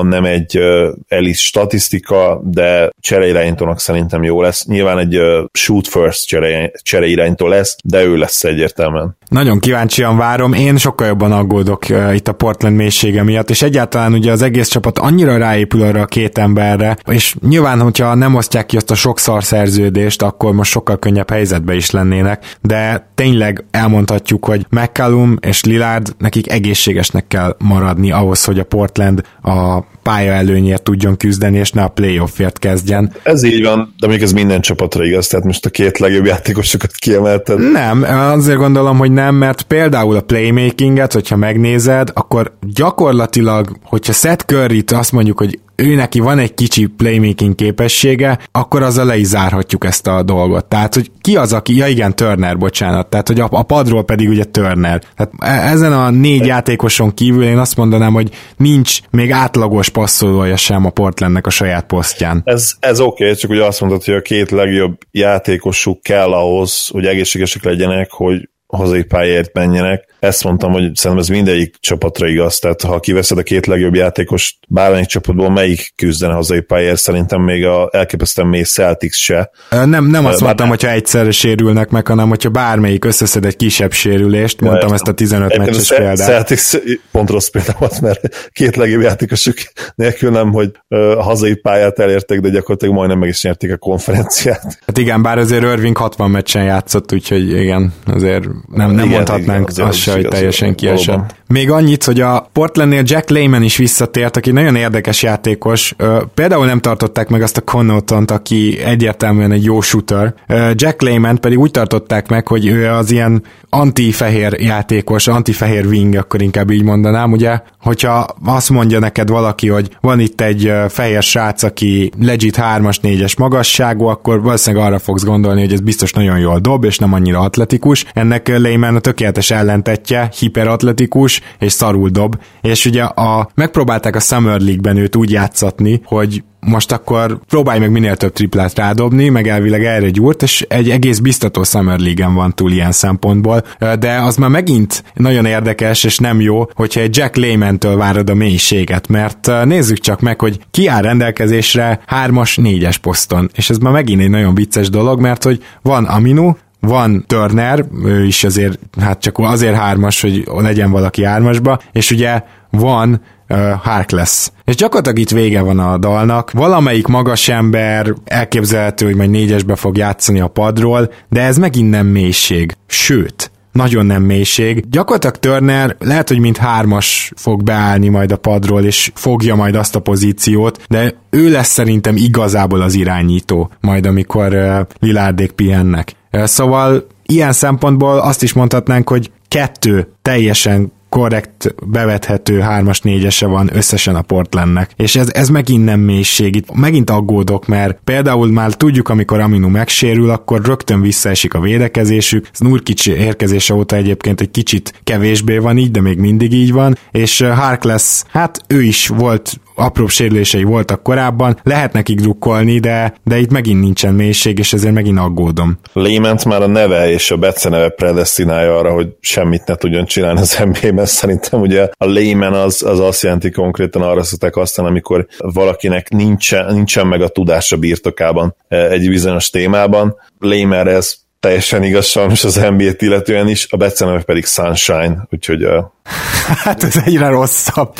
[SPEAKER 5] egy elit statisztika, de csereirányítónak szerintem jó lesz. Nyilván egy shoot first csereirányító lesz, de ő lesz egyértelműen.
[SPEAKER 4] Nagyon kíváncsian várom, én sokkal jobban aggódok uh, itt a Portland mélysége miatt, és egyáltalán ugye az egész csapat annyira ráépül arra a két emberre, és nyilván, hogyha nem osztják ki azt a sok szar szerződést, akkor most sokkal könnyebb helyzetbe is lennének, de tényleg elmondhatjuk, hogy McCallum és Lillard nekik egészségesnek kell maradni ahhoz, hogy a Portland a pálya előnyért tudjon küzdeni, és ne a playoffért kezdjen.
[SPEAKER 5] Ez így van, de még ez minden csapatra igaz, tehát most a két legjobb játékosokat kiemelted.
[SPEAKER 4] Nem, azért gondolom, hogy nem, mert például a playmakinget, hogyha megnézed, akkor gyakorlatilag, hogyha Seth Curryt azt mondjuk, hogy ő neki van egy kicsi playmaking képessége, akkor azzal le is zárhatjuk ezt a dolgot. Tehát, hogy ki az, aki, ja igen, Turner, bocsánat, tehát, hogy a, a padról pedig ugye Turner. Tehát ezen a négy játékoson kívül én azt mondanám, hogy nincs még átlagos passzolója sem a Portlandnek a saját posztján.
[SPEAKER 5] Ez, ez oké, okay, csak ugye azt mondtad, hogy a két legjobb játékosuk kell ahhoz, hogy egészségesek legyenek, hogy hazai pályáért menjenek. Ezt mondtam, hogy szerintem ez mindegyik csapatra igaz, tehát ha kiveszed a két legjobb játékost bármelyik csapatból, melyik küzdene hazai pályáért, szerintem még a elképesztően mély Celtics se.
[SPEAKER 4] Nem, nem azt mondtam, hogyha egyszerre sérülnek meg, hanem hogyha bármelyik összeszed egy kisebb sérülést, ja, mondtam ezt a tizenöt meccses példát.
[SPEAKER 5] Celtics pont rossz példa volt, mert két legjobb játékosuk nélkül nem, hogy a hazai pályát elértek, de gyakorlatilag majdnem meg is nyerték a konferenciát.
[SPEAKER 4] Hát igen, bár azért Irving hatvan meccsen játszott, úgyhogy igen, azért nem, nem igen, mondhatnánk igen, azt se, hogy teljesen kiesett. Még annyit, hogy a Portlandnél Jack Layman is visszatért, aki nagyon érdekes játékos. Például nem tartották meg azt a Connaughtont, aki egyértelműen egy jó shooter. Jack Layman pedig úgy tartották meg, hogy ő az ilyen anti-fehér játékos, anti-fehér wing, akkor inkább így mondanám, ugye, hogyha azt mondja neked valaki, hogy van itt egy fehér srác, aki legit hármas, négyes magasságú, akkor valószínűleg arra fogsz gondolni, hogy ez biztos nagyon jól dob, és nem annyira atletikus. Ennek Layman a tökéletes ellentetje, hiperatletikus, és szarul dob, és ugye a, megpróbálták a Summer League-ben őt úgy játszatni, hogy most akkor próbálj meg minél több triplát rádobni, meg elvileg erre gyúrt, és egy egész biztató Summer League-en van túl ilyen szempontból, de az már megint nagyon érdekes, és nem jó, hogyha egy Jack Layman-től várod a mélységet, mert nézzük csak meg, hogy ki áll rendelkezésre hármas, négyes poszton, és ez már megint egy nagyon vicces dolog, mert hogy van Aminu, van Turner, ő is azért, hát csak azért hármas, hogy legyen valaki hármasba, és ugye van uh, Harkless. És gyakorlatilag itt vége van a dalnak. Valamelyik magas ember elképzelhető, hogy majd négyesbe fog játszani a padról, de ez megint nem mélység. Sőt, nagyon nem mélység. Gyakorlatilag Turner lehet, hogy mint hármas fog beállni majd a padról, és fogja majd azt a pozíciót, de ő lesz szerintem igazából az irányító, majd amikor uh, Lillardék pihennek. Uh, szóval ilyen szempontból azt is mondhatnánk, hogy kettő teljesen korrekt, bevethető hármas, négyese van összesen a Portlandnek. És ez, ez megint nem mélység. Itt megint aggódok, mert például már tudjuk, amikor Aminu megsérül, akkor rögtön visszaesik a védekezésük. Ez Nurkic érkezése óta egyébként egy kicsit kevésbé van így, de még mindig így van. És Harkless, hát ő is volt, apróbb sérülései voltak korábban, lehet nekik drukkolni, de, de itt megint nincsen mélység, és ezért megint aggódom.
[SPEAKER 5] Layment már a neve és a beceneve predesztinálja arra, hogy semmit ne tudjon csinálni az en bé á-ben. Szerintem ugye a Layman az, az azt jelenti konkrétan, arra szokták aztán, amikor valakinek nincsen, nincsen meg a tudása birtokában egy bizonyos témában. Layman ez teljesen igaz, sajnos az en bé á-t illetően is, a beceneve pedig Sunshine, úgyhogy uh...
[SPEAKER 4] hát ez egyre rosszabb.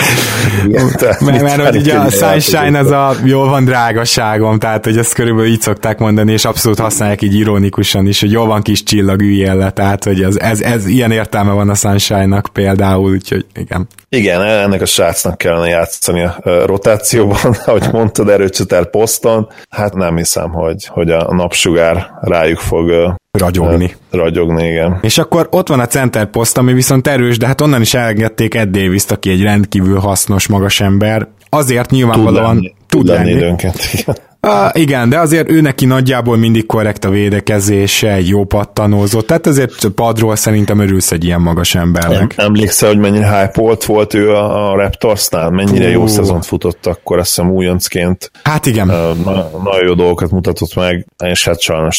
[SPEAKER 5] Igen,
[SPEAKER 4] mert mert hogy ugye a Sunshine az a jól van drágaságom, tehát hogy ezt körülbelül így szokták mondani, és abszolút használják így ironikusan is, hogy jól van kis csillag, üljél le, tehát hogy ez, ez, ez ilyen értelme van a Sunshine-nak például, úgyhogy igen.
[SPEAKER 5] Igen, ennek a srácnak kellene játszani a rotációban, ahogy mondtad, erőcsatár poszton. Hát nem hiszem, hogy, hogy a napsugár rájuk fog
[SPEAKER 4] ragyogni.
[SPEAKER 5] Ragyogni, igen.
[SPEAKER 4] És akkor ott van a center poszt, ami viszont erős, de hát onnan is elengedték Ed Davis-t, aki egy rendkívül hasznos magas ember. Azért nyilvánvalóan tud,
[SPEAKER 5] tud lenni. lenni. Időnként, igen.
[SPEAKER 4] Ah, igen, de azért ő neki nagyjából mindig korrekt a védekezése, egy jó pattanózó, tehát azért padról szerintem örülsz egy ilyen magas embernek.
[SPEAKER 5] Emlékszel, hogy mennyire hype volt ő a, a Raptorsnál? Mennyire Hú. jó szezont futott akkor, azt hiszem újoncként.
[SPEAKER 4] Hát igen.
[SPEAKER 5] Na, nagyon jó dolgokat mutatott meg, és hát sajnos nem.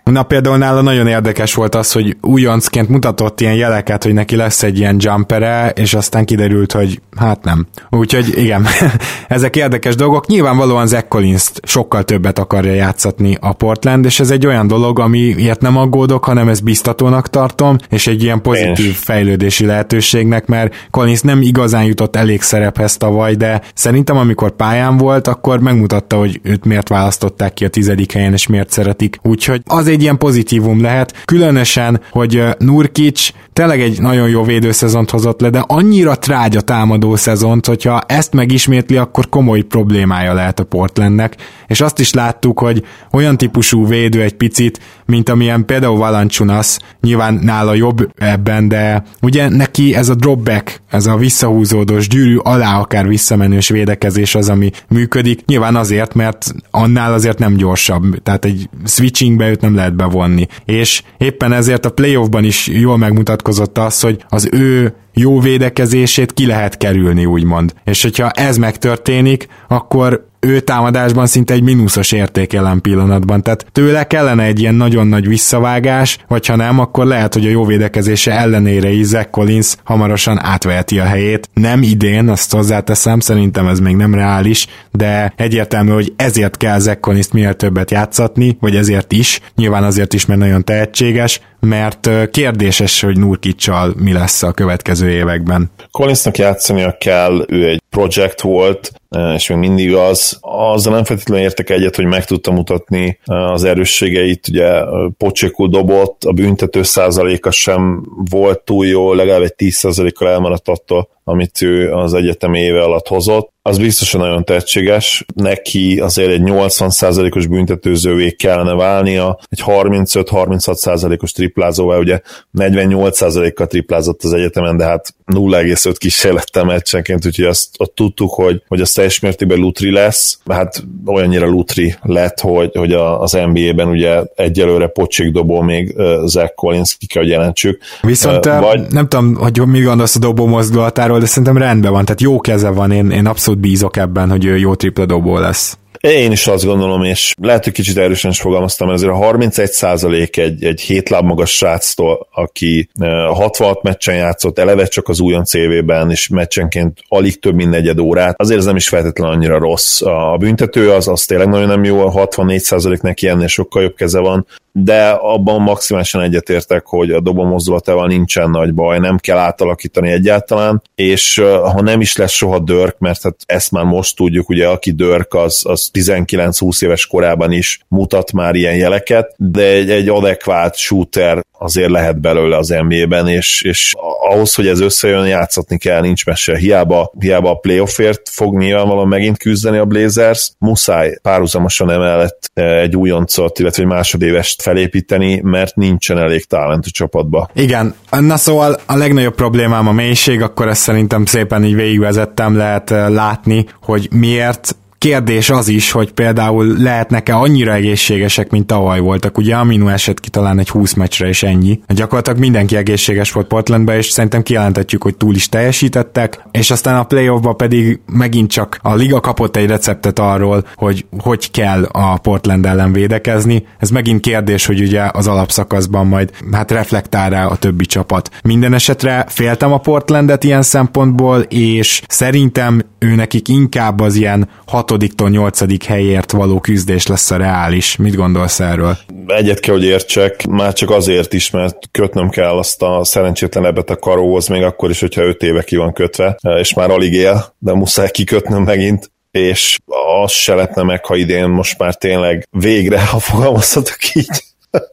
[SPEAKER 4] Na például nála nagyon érdekes volt az, hogy újoncként mutatott ilyen jeleket, hogy neki lesz egy ilyen jumpere, és aztán kiderült, hogy hát nem. Úgyhogy igen, ezek érdekes dolgok. Nyilvánvalóan Zach Collins-t sokkal többet akarja játszatni a Portland, és ez egy olyan dolog, amiért nem aggódok, hanem ezt biztatónak tartom, és egy ilyen pozitív és. fejlődési lehetőségnek, mert Collins nem igazán jutott elég szerephez tavaly, de szerintem amikor pályán volt, akkor megmutatta, hogy őt miért választották ki a tizedik helyen, és miért szeretik. Úgyhogy az egy ilyen pozitívum lehet, különösen, hogy Nurkic tényleg egy nagyon jó védőszezont hozott le, de annyira trágya támadó szezont, hogyha ezt megismétli, akkor komoly problémája lehet a Portlandnek, és azt is láttuk, hogy olyan típusú védő egy picit, mint amilyen például Valanciunas, nyilván nála jobb ebben, de ugye neki ez a dropback, ez a visszahúzódós gyűrű alá akár visszamenős védekezés az, ami működik, nyilván azért, mert annál azért nem gyorsabb, tehát egy switchingbe őt nem lehet bevonni, és éppen ezért a playoffban is jól megmutatkozott az, hogy az ő jó védekezését ki lehet kerülni, úgymond. És hogyha ez megtörténik, akkor ő támadásban szinte egy mínuszos érték jelen pillanatban, tehát tőle kellene egy ilyen nagyon nagy visszavágás, vagy ha nem, akkor lehet, hogy a jó védekezése ellenére is Zach Collins hamarosan átveheti a helyét. Nem idén, azt hozzáteszem, szerintem ez még nem reális, de egyértelmű, hogy ezért kell Zach Collins-t minél többet játszatni, vagy ezért is, nyilván azért is, mert nagyon tehetséges, mert kérdéses, hogy Nurkic-sal mi lesz a következő években.
[SPEAKER 5] Collinsnak játszania kell, ő egy project volt, és még mindig az. Azzal nem feltétlenül értek egyet, hogy meg tudta mutatni az erősségeit, ugye pocsékul dobott, a büntető százaléka sem volt túl jó, legalább egy tíz százalékkal elmaradt attól, amit ő az egyetemi éve alatt hozott. Az biztosan nagyon tehetséges, neki azért egy nyolcvan százalékos büntetőzővé kellene válnia, egy harmincöt-harminchat százalékos triplázóval, ugye negyvennyolc százalékkal triplázott az egyetemen, de hát nulla egész öt kísérlettel meccsenként, úgyhogy azt, azt tudtuk, hogy, hogy az teljes mértékben lutri lesz, hát olyannyira lutri lett, hogy, hogy az en bé á-ben ugye egyelőre pocsékdobó még Zach Collins, ki kell, hogy jelentsük.
[SPEAKER 4] Viszont Vagy... nem tudom, hogy mi gondolsz a dobó mozdulatáról, de szerintem rendben van, tehát jó keze van, én, én abszolút bízok ebben, hogy ő jó tripla dobó lesz.
[SPEAKER 5] Én is azt gondolom, és lehet, hogy kicsit erősen is fogalmaztam, ezért a harmincegy százalék egy, egy hét láb magas sráctól, aki hatvanhat meccsen játszott, eleve csak az újonc évében, és meccsenként alig több mint negyed órát, azért ez nem is feltétlenül annyira rossz. A büntető az, az tényleg nagyon nem jó, a hatvannégy százalék neki ennél sokkal jobb keze van, de abban maximálisan egyetértek, hogy a dobó mozdulatával nincsen nagy baj, nem kell átalakítani egyáltalán, és ha nem is lesz soha Dirk, mert hát ezt már most tudjuk, ugye aki Dirk, az, az tizenkilenc-húsz éves korában is mutat már ilyen jeleket, de egy, egy adekvát shooter azért lehet belőle az en bé á-ben, és, és ahhoz, hogy ez összejön, játszatni kell, nincs mese. Hiába, hiába a playoffért fog nyilvánvalóan megint küzdeni a Blazers, muszáj párhuzamosan emellett egy újoncot, illetve egy másodévest felépíteni, mert nincsen elég talent a csapatba.
[SPEAKER 4] Igen, na szóval a legnagyobb problémám a mélység, akkor ezt szerintem szépen így végigvezettem, lehet látni, hogy miért. Kérdés az is, hogy például lehetnek-e annyira egészségesek, mint tavaly voltak. Ugye Aminu esett ki talán egy húsz meccsre, és ennyi. Gyakorlatilag mindenki egészséges volt Portlandben, és szerintem kijelentetjük, hogy túl is teljesítettek, és aztán a playoffba pedig megint csak a liga kapott egy receptet arról, hogy hogy kell a Portland ellen védekezni. Ez megint kérdés, hogy ugye az alapszakaszban majd hát reflektál rá a többi csapat. Minden esetre féltem a Portlandet ilyen szempontból, és szerintem ő nekik inkább az ilyen hatodiktól nyolcadik helyért való küzdés lesz a reális. Mit gondolsz erről?
[SPEAKER 5] Egyet kell, hogy értsek, már csak azért is, mert kötnöm kell azt a szerencsétlenebbet a karóhoz, még akkor is, hogyha öt éve ki van kötve, és már alig él, de muszáj kikötnöm megint, és az se lehetne meg, ha idén most már tényleg végre, ha fogalmazhatok így,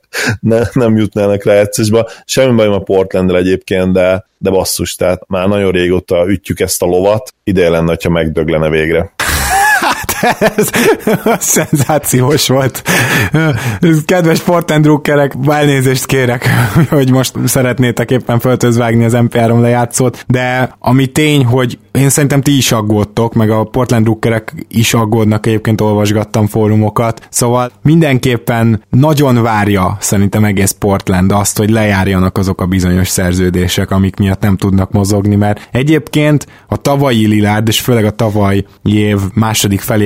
[SPEAKER 5] ne, nem jutnának rá egyszerűsbe. Semmi bajom a Portlanddel egyébként, de, de basszus, tehát már nagyon régóta ütjük ezt a lovat, ideje lenne, ha megdöglene végre.
[SPEAKER 4] Ez, ez szenzációs volt. Kedves Portland drukkerek, elnézést kérek, hogy most szeretnétek éppen föltözvágni az em pé három lejátszót, de ami tény, hogy én szerintem ti is aggódtok, meg a Portland drukkerek is aggódnak, egyébként olvasgattam fórumokat, szóval mindenképpen nagyon várja szerintem egész Portland azt, hogy lejárjanak azok a bizonyos szerződések, amik miatt nem tudnak mozogni, mert egyébként a tavalyi Lillard, és főleg a tavalyi év második felé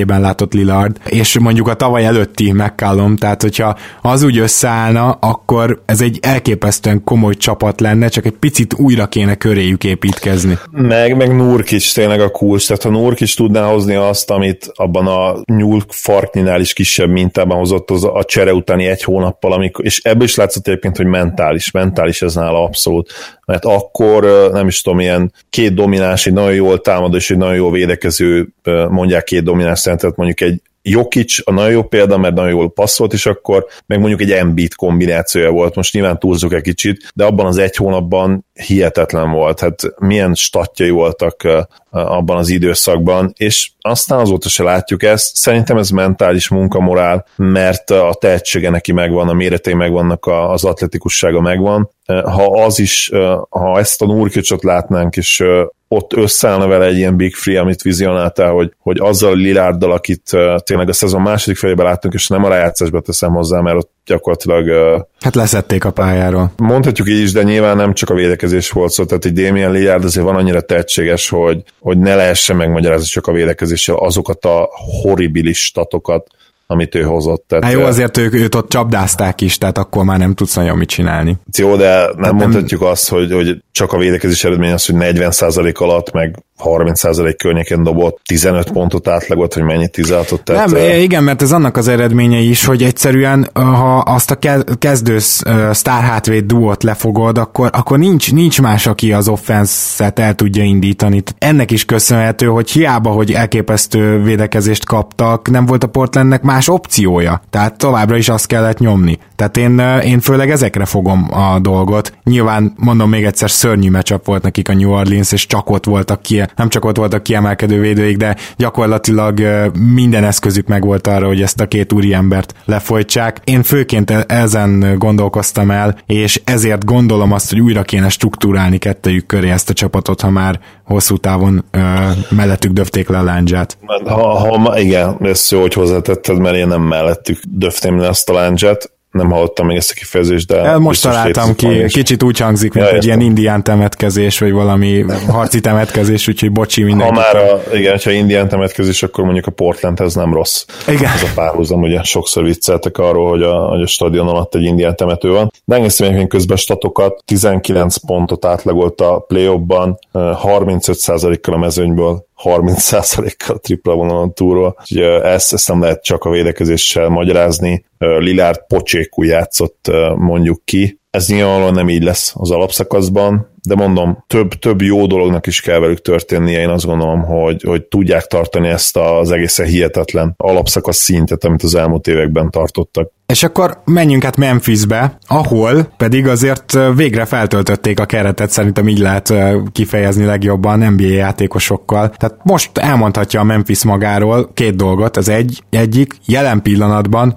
[SPEAKER 4] kezében látott Lillard, és mondjuk a tavaly előtti McCallum, tehát hogyha az úgy összeállna, akkor ez egy elképesztően komoly csapat lenne, csak egy picit újra kéne köréjük építkezni.
[SPEAKER 5] Meg, meg Nurkic tényleg a kulcs, tehát ha Nurkic tudná hozni azt, amit abban a nyúl farkninál is kisebb mintában hozott az a csere utáni egy hónappal, amikor, és ebből is látszott egyébként, hogy mentális, mentális ez nála abszolút, mert akkor nem is tudom, ilyen két domináns, egy nagyon jól támadó és egy nagyon jól védekező, mondják két domináns szentet, mondjuk egy Jokic a nagyon jó példa, mert nagyon jól passzolt, és akkor meg mondjuk egy Embiid kombinációja volt, most nyilván túlzok egy kicsit, de abban az egy hónapban hihetetlen volt, hát milyen statjai voltak abban az időszakban, és aztán azóta se látjuk ezt, szerintem ez mentális munkamorál, mert a tehetsége neki megvan, a méretei megvannak, az atletikussága megvan, ha az is, ha ezt a Nurkicot látnánk, és ott összeállna vele egy ilyen big free, amit vizionáltál, hogy, hogy azzal a Lillarddal, akit uh, tényleg a szezon második felében láttunk, és nem a rájátszásba teszem hozzá, mert ott gyakorlatilag... Uh,
[SPEAKER 4] hát leszették a pályáról.
[SPEAKER 5] Mondhatjuk így is, de nyilván nem csak a védekezés volt szó, tehát egy Damian Lillard azért van annyira tehetséges, hogy, hogy ne lehessen megmagyarázni csak a védekezéssel azokat a horribilis statokat, amit ő hozott. Tehát,
[SPEAKER 4] hát jó, azért ők, őt ott csapdázták is, tehát akkor már nem tudsz nagyon mit csinálni.
[SPEAKER 5] Jó, de nem hát mondhatjuk nem... azt, hogy, hogy csak a védekezés eredmény az, hogy negyven százalék alatt, meg harminc százalék környéken dobott, tizenöt pontot átlagot, hogy mennyit tizenhatot tett.
[SPEAKER 4] Nem, igen, mert ez annak az eredménye is, hogy egyszerűen, ha azt a kezdő sztárhátvéd duót lefogod, akkor, akkor nincs, nincs más, aki az offenszet el tudja indítani. Ennek is köszönhető, hogy hiába, hogy elképesztő védekezést kaptak, nem volt a Portlandnek más opciója. Tehát továbbra is azt kellett nyomni. Tehát én, én főleg ezekre fogom a dolgot. Nyilván, mondom még egyszer, szörnyű matchup volt nekik a New Orleans, és csak ott voltak ki, nem csak ott voltak kiemelkedő védőik, de gyakorlatilag minden eszközük megvolt arra, hogy ezt a két úriembert lefolytsák. Én főként ezen gondolkoztam el, és ezért gondolom azt, hogy újra kéne struktúrálni kettejük köré ezt a csapatot, ha már hosszú távon ö, mellettük döfték le a lándzsát.
[SPEAKER 5] Ha, ha, igen, ez jó, hogy hozzátetted, mert én nem mellettük döftém le azt a lándzsát. Nem hallottam még ezt a kifejezést, de...
[SPEAKER 4] Most találtam ki, kicsit úgy hangzik, mint ja, egy ilyen indián temetkezés, vagy valami harci temetkezés, úgyhogy bocsi mindenki.
[SPEAKER 5] Ha már, a, igen, ha indián temetkezés, akkor mondjuk a Portland ez nem rossz.
[SPEAKER 4] Igen.
[SPEAKER 5] Ez a párhuzam, ugye sokszor vicceltek arról, hogy a, hogy a stadion alatt egy indián temető van. De engedtem egyébként közben statokat, tizenkilenc pontot átlagolt a play-offban, harmincöt százalékkal a mezőnyből, harminc százalékkal a tripla vonalon túlról. Ezt, ezt nem lehet csak a védekezéssel magyarázni. Lillard pocsékul játszott, mondjuk ki. Ez nyilvánvalóan nem így lesz az alapszakaszban, de mondom, több, több jó dolognak is kell velük történnie. Én azt gondolom, hogy, hogy tudják tartani ezt az egészen hihetetlen alapszakasz szintet, amit az elmúlt években tartottak.
[SPEAKER 4] És akkor menjünk át Memphisbe, ahol pedig azért végre feltöltötték a keretet, szerintem így lehet kifejezni legjobban en bé á játékosokkal. Tehát most elmondhatja a Memphis magáról két dolgot, az egy, egyik jelen pillanatban,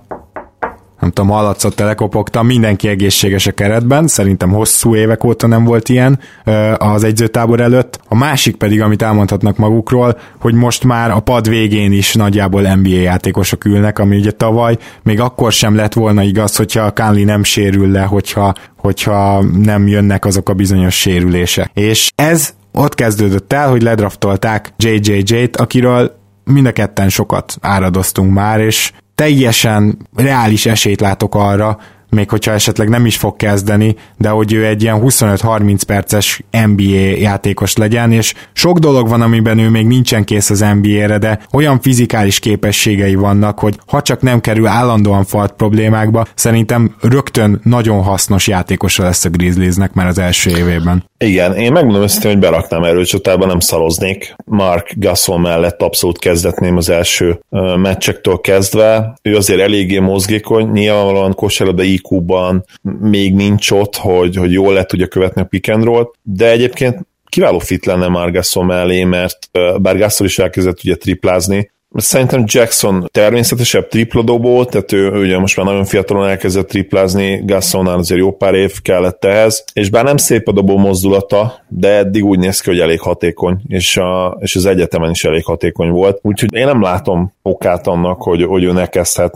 [SPEAKER 4] nem tudom, hallatszott, telekopogtam, mindenki egészséges a keretben, szerintem hosszú évek óta nem volt ilyen az edzőtábor előtt. A másik pedig, amit elmondhatnak magukról, hogy most már a pad végén is nagyjából en bé á játékosok ülnek, ami ugye tavaly még akkor sem lett volna igaz, hogyha Conley nem sérül le, hogyha, hogyha nem jönnek azok a bizonyos sérülések. És ez ott kezdődött el, hogy ledraftolták jé jé jé-t, akiről mind a ketten sokat áradoztunk már, és teljesen reális esélyt látok arra, még hogyha esetleg nem is fog kezdeni, de hogy ő egy ilyen huszonöt-harminc perces en bé á játékos legyen, és sok dolog van, amiben ő még nincsen kész az en bé á-re, de olyan fizikális képességei vannak, hogy ha csak nem kerül állandóan falt problémákba, szerintem rögtön nagyon hasznos játékosa lesz a Grizzliesnek már az első évében.
[SPEAKER 5] Igen, én megmondom őszintén, hogy beraknám erőcsatában, nem szaroznék. Mark Gasol mellett abszolút kezdetném az első uh, meccsektől kezdve. Ő azért eléggé mozgékony, nyilvánvalóan kosárlabda í kú-ban még nincs ott, hogy, hogy jól le tudja követni a pick and roll-t, de egyébként kiváló fit lenne Mark Gasol mellé, mert uh, bár Gasol is elkezdett ugye triplázni, szerintem Jackson természetesebb tripladobó, tehát ő, ő ugye most már nagyon fiatalon elkezdett triplázni, Gasolnál azért jó pár év kellett ehhez, és bár nem szép a dobó mozdulata, de eddig úgy néz ki, hogy elég hatékony, és, a, és az egyetemen is elég hatékony volt, úgyhogy én nem látom okát annak, hogy, hogy ő ne kezdhetne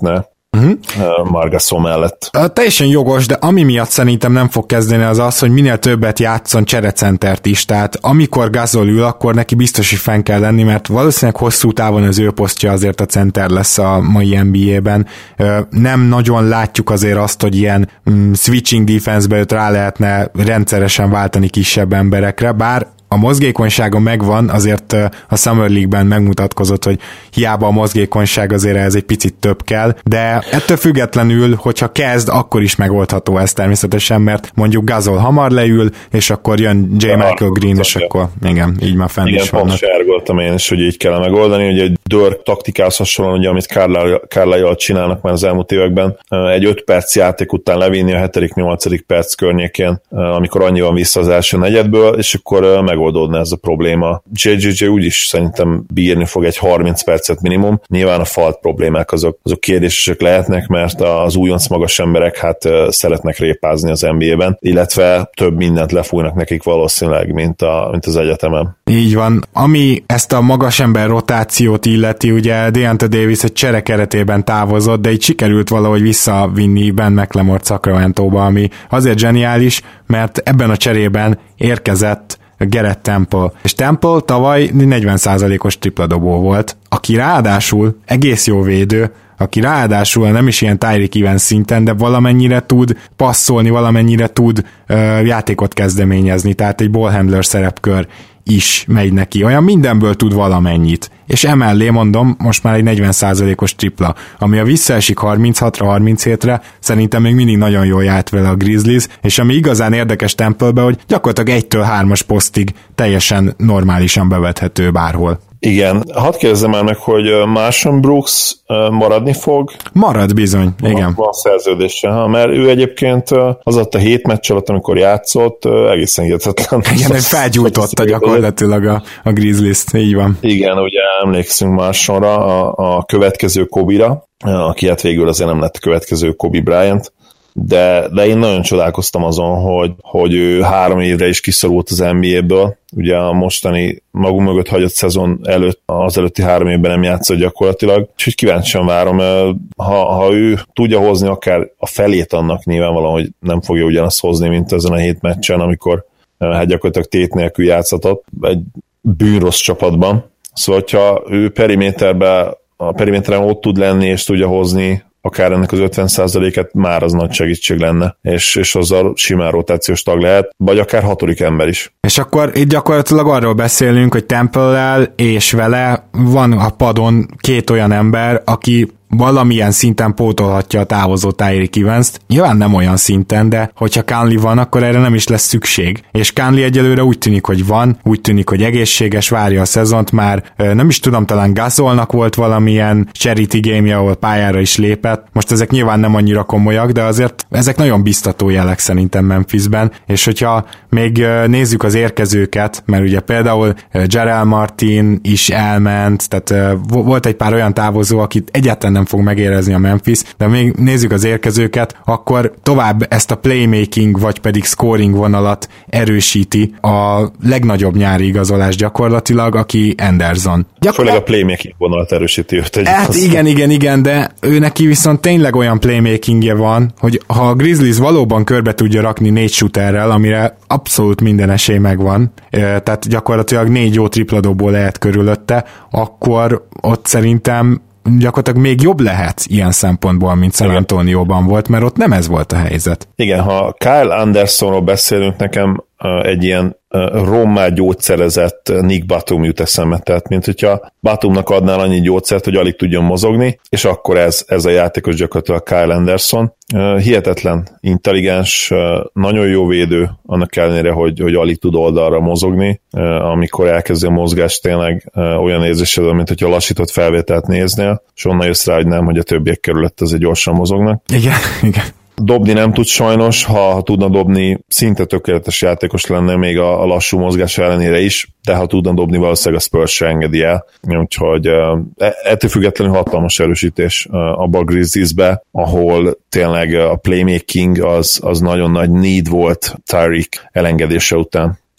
[SPEAKER 5] uh-huh. Margasol mellett.
[SPEAKER 4] A, teljesen jogos, de ami miatt szerintem nem fog kezdeni az az, hogy minél többet játszon cserecentert is, tehát amikor Gasol ül, akkor neki biztos, hogy fenn kell lenni, mert valószínűleg hosszú távon az ő posztja azért a center lesz a mai en bé á-ben. Nem nagyon látjuk azért azt, hogy ilyen mm, switching defense-be őt rá lehetne rendszeresen váltani kisebb emberekre, bár a mozgékonysága megvan, azért a Summer League-ben megmutatkozott, hogy hiába a mozgékonyság, azért ez egy picit több kell, de ettől függetlenül, hogyha kezd, akkor is megoldható ez természetesen, mert mondjuk Gasol hamar leül, és akkor jön J. De Michael Green, és akkor igen, így már fenn
[SPEAKER 5] igen,
[SPEAKER 4] is vannak.
[SPEAKER 5] Igen, pont sárgoltam én is, hogy így kell megoldani, ugye egy Dirk taktikához hasonlóan, ugye, amit Carlisle-jal csinálnak már az elmúlt években, egy öt perc játék után levinni a hetedik nyolcadik perc környékén, amikor annyi van vissza az első negyedből, és akkor meg oldódna ez a probléma. jé jé jé úgyis szerintem bírni fog egy harminc percet minimum. Nyilván a falt problémák azok, azok kérdésesek lehetnek, mert az újonc magas emberek hát szeretnek répázni az en bé á-ben, illetve több mindent lefújnak nekik valószínűleg, mint, a, mint az egyetemen.
[SPEAKER 4] Így van. Ami ezt a magas ember rotációt illeti, ugye Deonte Davis egy csere keretében távozott, de így sikerült valahogy visszavinni Ben McLemore Sacramento-ba, ami azért zseniális, mert ebben a cserében érkezett Garrett Temple. És Temple tavaly negyven százalékos tripladobó volt, aki ráadásul egész jó védő, aki ráadásul nem is ilyen Tyreek Evans szinten, de valamennyire tud passzolni, valamennyire tud ö, játékot kezdeményezni, tehát egy ballhandler szerepkör is megy neki. Olyan mindenből tud valamennyit. És emellé mondom, most már egy negyven százalékos tripla, ami a visszaesik harminchatra harminchétre, szerintem még mindig nagyon jól járt vele a Grizzlies, és ami igazán érdekes Temple-be, hogy gyakorlatilag egytől hármas posztig teljesen normálisan bevethető bárhol.
[SPEAKER 5] Igen, hadd kérdezzem már meg, hogy Marshon Brooks maradni fog?
[SPEAKER 4] Marad bizony, igen.
[SPEAKER 5] Van szerződése, mert ő egyébként az ott a hét meccs alatt, amikor játszott, egészen hihetetlen.
[SPEAKER 4] Igen, hogy felgyújtotta gyakorlatilag a, a Grizzlies-t, így van.
[SPEAKER 5] Igen, ugye emlékszünk Marshonra, a, a következő Kobe-ra, aki hát végül azért nem lett a következő Kobe Bryant, de, de én nagyon csodálkoztam azon, hogy, hogy ő három évre is kiszorult az en bé á-ből, ugye a mostani magunk mögött hagyott szezon előtt, az előtti három évben nem játszott gyakorlatilag, úgyhogy kíváncsian várom, ha, ha ő tudja hozni akár a felét annak, nyilvánvalóan, hogy nem fogja ugyanazt hozni, mint ezen a hét meccsen, amikor hát gyakorlatilag tét nélkül játszatott egy bűnrossz csapatban. Szóval, hogyha ő periméterben, a periméteren ott tud lenni és tudja hozni akár ennek az ötven százaléket, már az nagy segítség lenne, és, és azzal simán rotációs tag lehet, vagy akár hatodik ember is.
[SPEAKER 4] És akkor itt gyakorlatilag arról beszélünk, hogy Temple-lel és vele van a padon két olyan ember, aki valamilyen szinten pótolhatja a távozó Tyreek Evans-t. Nyilván nem olyan szinten, de hogyha Conley van, akkor erre nem is lesz szükség. És Conley egyelőre úgy tűnik, hogy van, úgy tűnik, hogy egészséges, várja a szezont már. Nem is tudom, talán Gasolnak volt valamilyen charity game-je, ahol pályára is lépett. Most ezek nyilván nem annyira komolyak, de azért ezek nagyon biztató jelek szerintem Memphisben. És hogyha még nézzük az érkezőket, mert ugye például Jarrell Martin is elment, tehát volt egy pár olyan távozó, akit egyáltalán nem fog megérezni a Memphis, de még nézzük az érkezőket, akkor tovább ezt a playmaking vagy pedig scoring vonalat erősíti a legnagyobb nyári igazolás gyakorlatilag, aki Anderson.
[SPEAKER 5] Gyakor... Főleg a playmaking vonalat erősíti őt.
[SPEAKER 4] Hát igen, igen, igen, de ő neki viszont tényleg olyan playmakingje van, hogy ha a Grizzlies valóban körbe tudja rakni négy shooterrel, amire abszolút minden esély megvan, tehát gyakorlatilag négy jó tripladóból lehet körülötte, akkor ott szerintem gyakorlatilag még jobb lehet ilyen szempontból, mint San Antonióban volt, mert ott nem ez volt a helyzet.
[SPEAKER 5] Igen, ha Kyle Andersonról beszélünk, nekem egy ilyen rommá gyógyszerezett Nick Batum jut eszembe, tehát mint hogyha Batumnak adnál annyi gyógyszert, hogy alig tudjon mozogni, és akkor ez, ez a játékos gyakorlatilag Kyle Anderson. Hihetetlen intelligens, nagyon jó védő, annak ellenére, hogy, hogy alig tud oldalra mozogni, amikor elkezdi a mozgást, tényleg olyan érzésed, mint hogyha lassított felvételt néznél, és onnan jössz rá, hogy nem, hogy a többiek körülött azért gyorsan mozognak.
[SPEAKER 4] Igen, igen.
[SPEAKER 5] Dobni nem tud sajnos, ha, ha tudna dobni, szinte tökéletes játékos lenne még a, a lassú mozgás ellenére is, de ha tudna dobni, valószínűleg a Spurs se engedi el. Úgyhogy ettől függetlenül hatalmas erősítés abba a Grizzliesbe, ahol tényleg a playmaking az, az nagyon nagy need volt Tyreek elengedése után.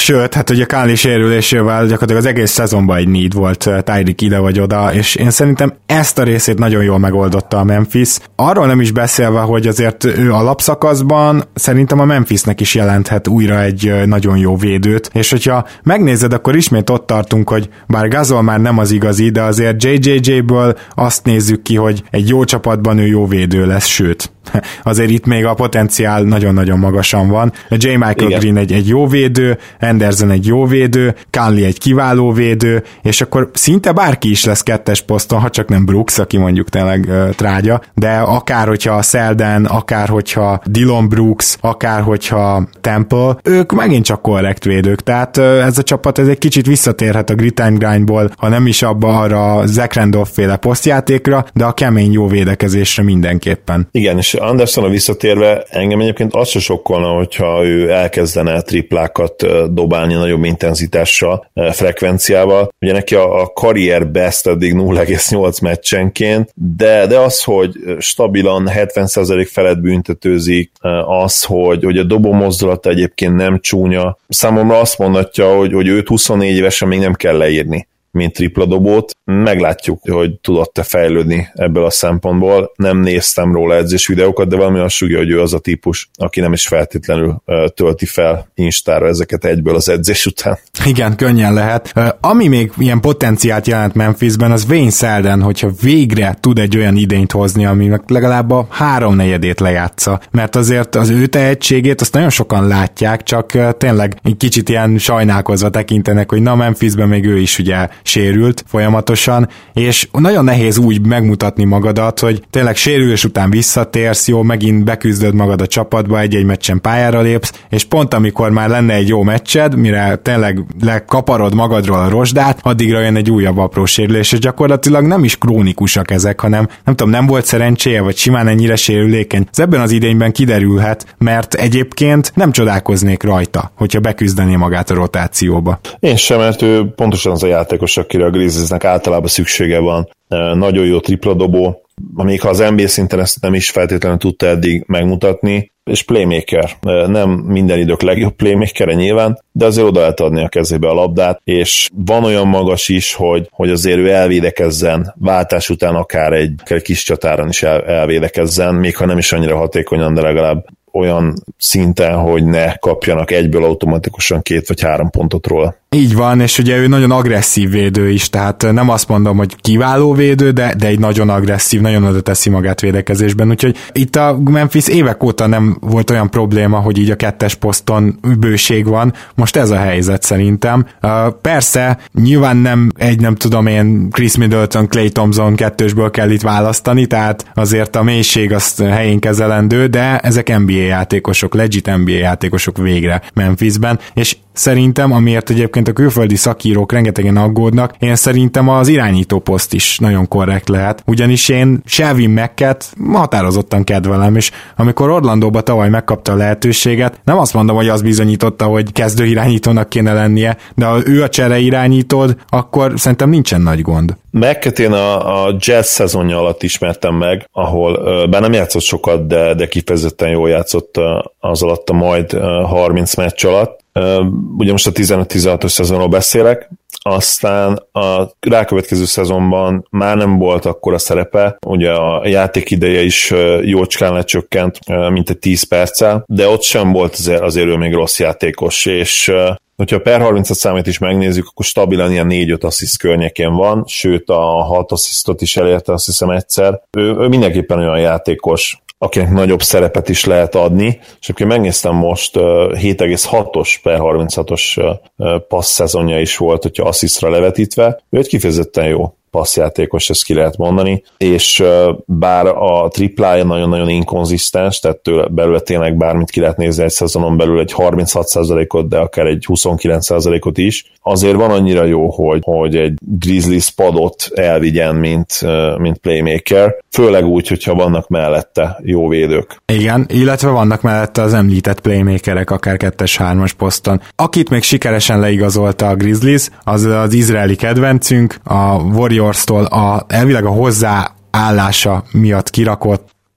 [SPEAKER 4] Sőt, hát ugye Conley sérülésével gyakorlatilag az egész szezonban egy need volt Tyreek ide vagy oda, és én szerintem ezt a részét nagyon jól megoldotta a Memphis. Arról nem is beszélve, hogy azért ő alapszakaszban szerintem a Memphisnek is jelenthet újra egy nagyon jó védőt, és hogyha megnézed, akkor ismét ott tartunk, hogy bár Gasol már nem az igazi, de azért jé jé jé-ből azt nézzük ki, hogy egy jó csapatban ő jó védő lesz, sőt, azért itt még a potenciál nagyon-nagyon magasan van. J. Michael Igen. Green egy, egy jó védő, Anderson egy jó védő, Conley egy kiváló védő, és akkor szinte bárki is lesz kettes poszton, ha csak nem Brooks, aki mondjuk tényleg uh, trágya, de akár hogyha Selden, akár hogyha Dillon Brooks, akár hogyha Temple, ők megint csak korrekt védők, tehát uh, ez a csapat ez egy kicsit visszatérhet a grit and grindból, ha nem is abba arra a Zach Randolph féle posztjátékra, de a kemény jó védekezésre mindenképpen.
[SPEAKER 5] Igen, és Anderson a visszatérve engem egyébként azt se sokkolna, hogyha ő elkezdene triplákat dobálni nagyobb intenzitással, frekvenciával. Ugye neki a, a karrier best eddig nulla egész nyolc meccsenként, de, de az, hogy stabilan hetven százalék felett büntetőzik, az, hogy, hogy a dobó mozdulata egyébként nem csúnya, számomra azt mondatja, hogy, hogy őt huszonnégy évesen még nem kell leírni, mint tripla dobót. Meglátjuk, hogy tudott-e fejlődni ebből a szempontból. Nem néztem róla edzés videókat, de valami azt sugja, hogy ő az a típus, aki nem is feltétlenül tölti fel Instára ezeket egyből az edzés után.
[SPEAKER 4] Igen, könnyen lehet. Ami még ilyen potenciált jelent Memphisben, az Wayne Selden, hogyha végre tud egy olyan idényt hozni, ami legalább a háromnegyedét lejátsza. Mert azért az ő tehetségét azt nagyon sokan látják, csak tényleg egy kicsit ilyen sajnálkozva tekintenek, hogy na Memphisben még ő is ugye sérült folyamatosan, és nagyon nehéz úgy megmutatni magadat, hogy tényleg sérülés után visszatérsz, jó, megint beküzdöd magad a csapatba, egy-egy meccsen pályára lépsz, és pont amikor már lenne egy jó meccsed, mire tényleg lekaparod magadról a rozsdát, addigra jön egy újabb apró sérülés, és gyakorlatilag nem is krónikusak ezek, hanem nem tudom, nem volt szerencséje, vagy simán ennyire sérülékeny. Ez ebben az idényben kiderülhet, mert egyébként nem csodálkoznék rajta, hogyha beküzdené magát a rotációba.
[SPEAKER 5] Én sem, mert ő pontosan az a játékos, akire a Grizzliesnek általában szüksége van. Nagyon jó tripla dobó, még ha az en bé á szinten ezt nem is feltétlenül tudta eddig megmutatni, és playmaker. Nem minden idők legjobb playmaker nyilván, de azért oda lehet adni a kezébe a labdát, és van olyan magas is, hogy, hogy azért ő elvédekezzen, váltás után akár egy, akár egy kis csatáron is el, elvédekezzen, még ha nem is annyira hatékonyan, de legalább olyan szinten, hogy ne kapjanak egyből automatikusan két vagy három pontot róla.
[SPEAKER 4] Így van, és ugye ő nagyon agresszív védő is, tehát nem azt mondom, hogy kiváló védő, de, de egy nagyon agresszív, nagyon oda teszi magát védekezésben, úgyhogy itt a Memphis évek óta nem volt olyan probléma, hogy így a kettes poszton bőség van, most ez a helyzet szerintem. Uh, persze, nyilván nem egy, nem tudom én, Chris Middleton, Klay Thompson kettősből kell itt választani, tehát azért a mélység az helyén kezelendő, de ezek en bé á játékosok, legit en bé á játékosok végre Memphisben, és szerintem, amiért egyébként a külföldi szakírók rengetegen aggódnak, én szerintem az irányító poszt is nagyon korrekt lehet, ugyanis én Shelvin Macket határozottan kedvelem, és amikor Orlandóba tavaly megkapta a lehetőséget, nem azt mondom, hogy az bizonyította, hogy kezdő irányítónak kéne lennie, de ha ő a csere irányítód, akkor szerintem nincsen nagy gond.
[SPEAKER 5] Macket én a, a Jazz szezonja alatt ismertem meg, ahol bár nem játszott sokat, de, de kifejezetten jól játszott az alatt a majd harminc meccs alatt. Ugye most a tizenöt-tizenhatos szezonról beszélek, aztán a rákövetkező szezonban már nem volt akkora szerepe, ugye a játék ideje is jócskán lecsökkent, mint egy tíz perccel, de ott sem volt azért, azért ő még rossz játékos, és hogyha per harmincat számít is megnézzük, akkor stabilan ilyen négy-öt assziszt környékén van, sőt a hat asszisztot is elérte, azt hiszem egyszer. Ő, ő mindenképpen olyan játékos, akinek nagyobb szerepet is lehet adni, és akkor megnéztem most hét egész hatos per harminchatos passz szezonja is volt, hogyha asszisztra levetítve, ő egy kifejezetten jó passzjátékos, ezt ki lehet mondani, és bár a triplája nagyon-nagyon inkonzisztens, tehát tőle belőle tényleg bármit ki lehet nézni egy szezonon belül, egy harminchat százalékot, de akár egy huszonkilenc százalékot is, azért van annyira jó, hogy, hogy egy Grizzlies padot elvigyen, mint, mint playmaker, főleg úgy, hogyha vannak mellette jó védők.
[SPEAKER 4] Igen, illetve vannak mellette az említett playmakerek, akár kettes-hármas poszton. Akit még sikeresen leigazolta a Grizzlies, az az izraeli kedvencünk, a Warriors-tól a, elvileg a hozzáállása miatt kirakott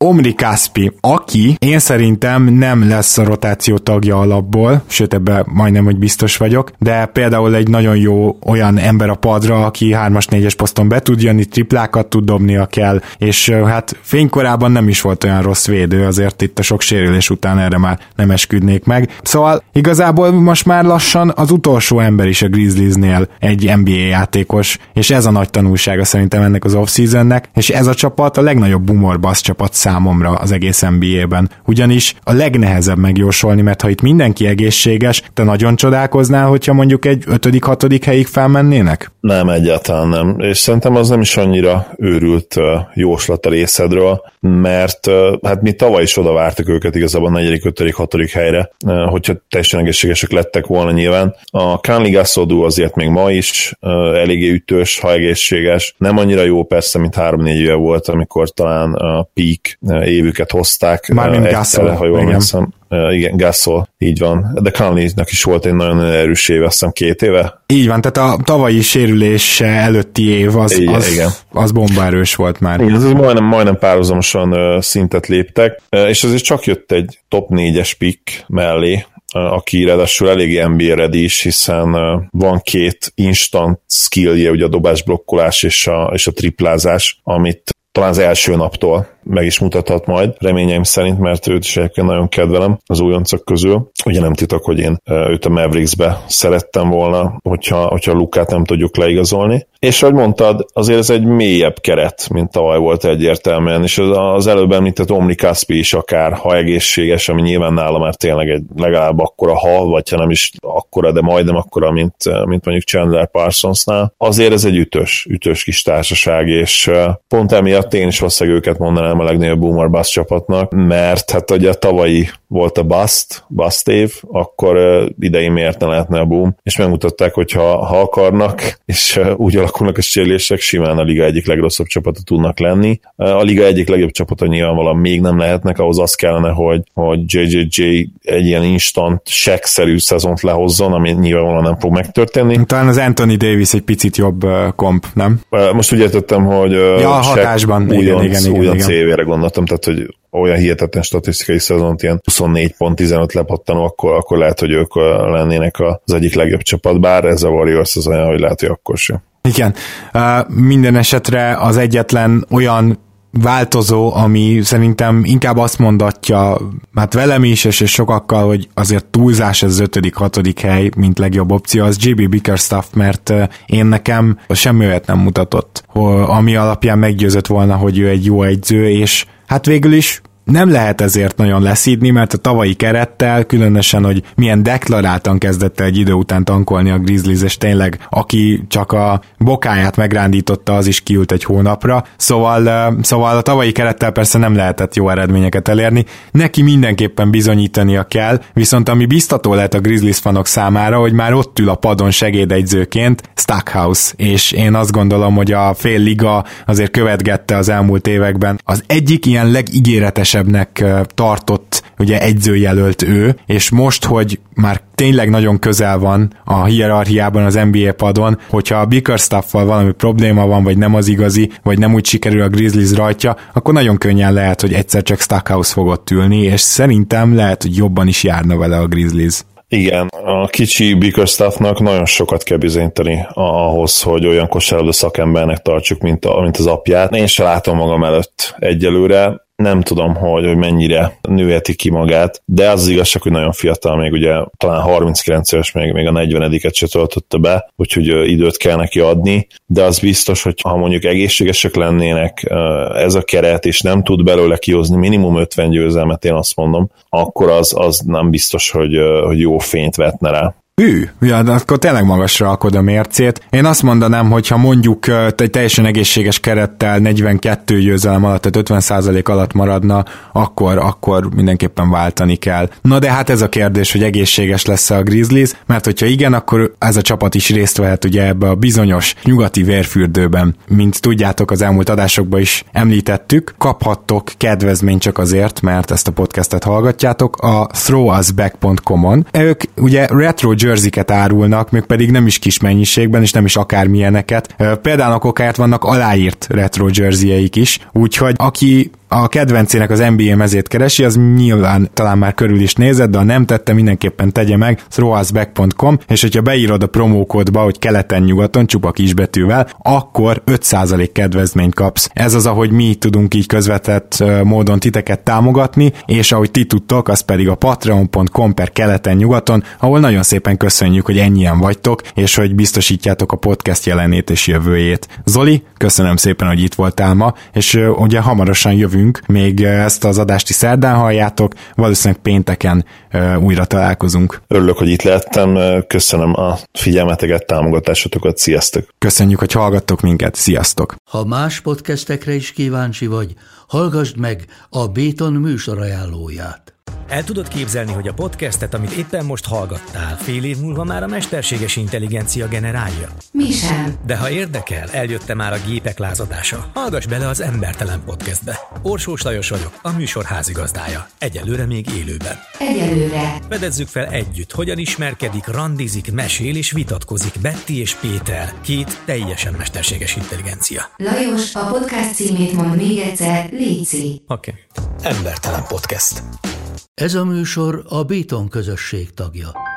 [SPEAKER 4] Omri Caspi, aki én szerintem nem lesz a rotáció tagja alapból, sőt ebben majdnem, hogy biztos vagyok, de például egy nagyon jó olyan ember a padra, aki hármas négyes poszton be tud jönni, triplákat tud dobnia kell, és hát fénykorában nem is volt olyan rossz védő, azért itt a sok sérülés után erre már nem esküdnék meg. Szóval igazából most már lassan az utolsó ember is a Grizzliesnél egy en bé á játékos, és ez a nagy tanulsága szerintem ennek az off-seasonnek, és ez a csapat a legnagyobb boomer bass csapat számomra az egész en bé á-ben. Ugyanis a legnehezebb megjósolni, mert ha itt mindenki egészséges, te nagyon csodálkoznál, hogyha mondjuk egy ötödik hatodik helyig felmennének?
[SPEAKER 5] Nem, egyáltalán nem. És szerintem az nem is annyira őrült jóslat a részedről, mert hát mi tavaly is oda vártuk őket igazából negyedik, ötödik, hatodik helyre, hogyha teljesen egészségesek lettek volna nyilván. A Conley Gasol duo azért még ma is eléggé ütős, ha egészséges. Nem annyira jó persze, mint három-négy éve volt, amikor talán a peak évüket hozták.
[SPEAKER 4] Mármint Gasol,
[SPEAKER 5] ha jól emlékszem. Uh, igen, Gasol, így van. De Conleynek is volt egy nagyon erős éve, azt hiszem két éve.
[SPEAKER 4] Így van, tehát a tavalyi sérülése előtti év az, igen, az, igen. az bombaerős volt már.
[SPEAKER 5] Igen, ez majdnem, majdnem párhuzamosan uh, szintet léptek, uh, és azért csak jött egy top négyes pick mellé, aki ráadásul eléggé en bé á ready is, hiszen van két instant skillje, ugye a dobásblokkolás és a, és a triplázás, amit talán az első naptól meg is mutathat majd, reményeim szerint, mert őt is egyébként nagyon kedvelem az újoncok közül. Ugye nem titok, hogy én őt a Mavericksbe szerettem volna, hogyha, hogyha Lukát nem tudjuk leigazolni. És ahogy mondtad, azért ez egy mélyebb keret, mint tavaly volt egyértelműen, és az, az előbb említett Omri Caspi is akár, ha egészséges, ami nyilván nála már tényleg egy legalább akkora hal, vagy ha nem is akkora, de majdnem akkora, mint, mint mondjuk Chandler Parsonsnál. Azért ez egy ütős, ütős kis társaság, és pont emiatt én is valószínűleg őket mondanám a legnagyobb boomer bust csapatnak, mert hát ugye tavalyi volt a bust, bust év, akkor uh, idei miért ne lehetne a boom, és megmutatták, hogy ha, ha akarnak, és uh, úgy alakulnak a sérülések, simán a liga egyik legrosszabb csapata tudnak lenni. Uh, a liga egyik legjobb csapata nyilvánvalóan még nem lehetnek, ahhoz az kellene, hogy, hogy jé jé jé egy ilyen instant Shaq-szerű szezont lehozzon, ami nyilvánvalóan nem fog megtörténni.
[SPEAKER 4] Talán az Anthony Davis egy picit jobb uh, komp, nem?
[SPEAKER 5] Uh, most úgy értettem, hogy uh,
[SPEAKER 4] ja, hatásban, igen, igen, igen, igen,
[SPEAKER 5] ugyan cévére gondoltam, tehát, hogy olyan hihetetlen statisztikai szezont, ilyen huszonnégy pont tizenöt lepattanó, akkor, akkor lehet, hogy ők lennének az egyik legjobb csapat, bár ez a Warriors az olyan, hogy lehet, hogy akkor sem.
[SPEAKER 4] Igen. Uh, minden esetre az egyetlen olyan változó, ami szerintem inkább azt mondatja, hát velem is, és sokakkal, hogy azért túlzás ez az ötödik, hatodik hely, mint legjobb opció, az jé bé Bickerstaff, mert én nekem semmi olyat nem mutatott, ami alapján meggyőzött volna, hogy ő egy jó egyző, és hát végül is nem lehet ezért nagyon leszídni, mert a tavalyi kerettel, különösen, hogy milyen deklaráltan kezdett egy idő után tankolni a Grizzlies, és tényleg aki csak a bokáját megrándította, az is kiült egy hónapra, szóval, szóval a tavalyi kerettel persze nem lehetett jó eredményeket elérni, neki mindenképpen bizonyítania kell, viszont ami biztató lehet a Grizzlies fanok számára, hogy már ott ül a padon segédegyzőként Stackhouse, és én azt gondolom, hogy a fél liga azért követgette az elmúlt években az egyik ilyen legígéretes tartott ugye egyzőjelölt ő, és most, hogy már tényleg nagyon közel van a hierarchiában az en bé á padon, hogyha a Bickerstaffal valami probléma van, vagy nem az igazi, vagy nem úgy sikerül a Grizzlies rajtja, akkor nagyon könnyen lehet, hogy egyszer csak Stackhouse fog ott ülni, és szerintem lehet, hogy jobban is járna vele a Grizzlies.
[SPEAKER 5] Igen, a kicsi Bickerstaffnak nagyon sokat kell bizonyítani ahhoz, hogy olyan kosárlabda szakembernek tartsuk, mint, a, mint az apját. Én se látom magam előtt egyelőre, nem tudom, hogy, hogy mennyire nőheti ki magát, de az az igazság, hogy nagyon fiatal, még ugye talán harminckilenc éves, még, még a negyvenediket se töltötte be, úgyhogy időt kell neki adni, de az biztos, hogy ha mondjuk egészségesek lennének ez a keret, és nem tud belőle kihozni minimum ötven győzelmet, én azt mondom, akkor az, az nem biztos, hogy, hogy jó fényt vetne rá.
[SPEAKER 4] Hű, ja, de akkor tényleg magasra rakod a mércét. Én azt mondanám, hogy ha mondjuk egy teljesen egészséges kerettel negyvenkettő győzelem alatt, tehát ötven százalék alatt maradna, akkor, akkor mindenképpen váltani kell. Na de hát ez a kérdés, hogy egészséges lesz a Grizzlies, mert hogyha igen, akkor ez a csapat is részt vehet ugye ebbe a bizonyos nyugati vérfürdőben. Mint tudjátok, az elmúlt adásokban is említettük, kaphattok kedvezményt csak azért, mert ezt a podcastet hallgatjátok a throw us back pont com-on. Ők ugye retro jerseyket árulnak, még pedig nem is kis mennyiségben, és nem is akármilyeneket. Például a kokáért vannak aláírt retro jersey-eik is, úgyhogy aki a kedvencének az en bé á mezét keresi, az nyilván talán már körül is nézett, de ha nem tette, mindenképpen tegye meg, throwusback pont com, és hogyha beírod a promókódba, hogy keleten-nyugaton, csupa kisbetűvel, akkor öt százalék kedvezményt kapsz. Ez az, ahogy mi tudunk így közvetett módon titeket támogatni, és ahogy ti tudtok, az pedig a patreon pont com per keleten-nyugaton, ahol nagyon szépen köszönjük, hogy ennyien vagytok, és hogy biztosítjátok a podcast jelenét és jövőjét. Zoli, köszönöm szépen, hogy itt voltál ma, és uh, ugye hamarosan jövünk, még uh, ezt az adást is szerdán halljátok, valószínűleg pénteken uh, újra találkozunk.
[SPEAKER 5] Örülök, hogy itt lehettem, köszönöm a figyelmeteket, támogatásotokat, sziasztok!
[SPEAKER 4] Köszönjük, hogy hallgattok minket, sziasztok!
[SPEAKER 6] Ha más podcastekre is kíváncsi vagy, hallgassd meg a Béton műsor ajánlóját.
[SPEAKER 7] El tudod képzelni, hogy a podcastet, amit éppen most hallgattál, fél év múlva már a mesterséges intelligencia generálja?
[SPEAKER 8] Mi sem.
[SPEAKER 7] De ha érdekel, eljött már a gépek lázadása. Hallgass bele az Embertelen Podcastbe. Orsós Lajos vagyok, a műsor házigazdája. Egyelőre még élőben.
[SPEAKER 8] Egyelőre.
[SPEAKER 7] Fedezzük fel együtt, hogyan ismerkedik, randizik, mesél és vitatkozik Betty és Péter, két teljesen mesterséges intelligencia.
[SPEAKER 8] Lajos, a podcast címét mond még egyszer, léci.
[SPEAKER 7] Oké. Okay. Embertelen Podcast.
[SPEAKER 6] Ez a műsor a Béton közösség tagja.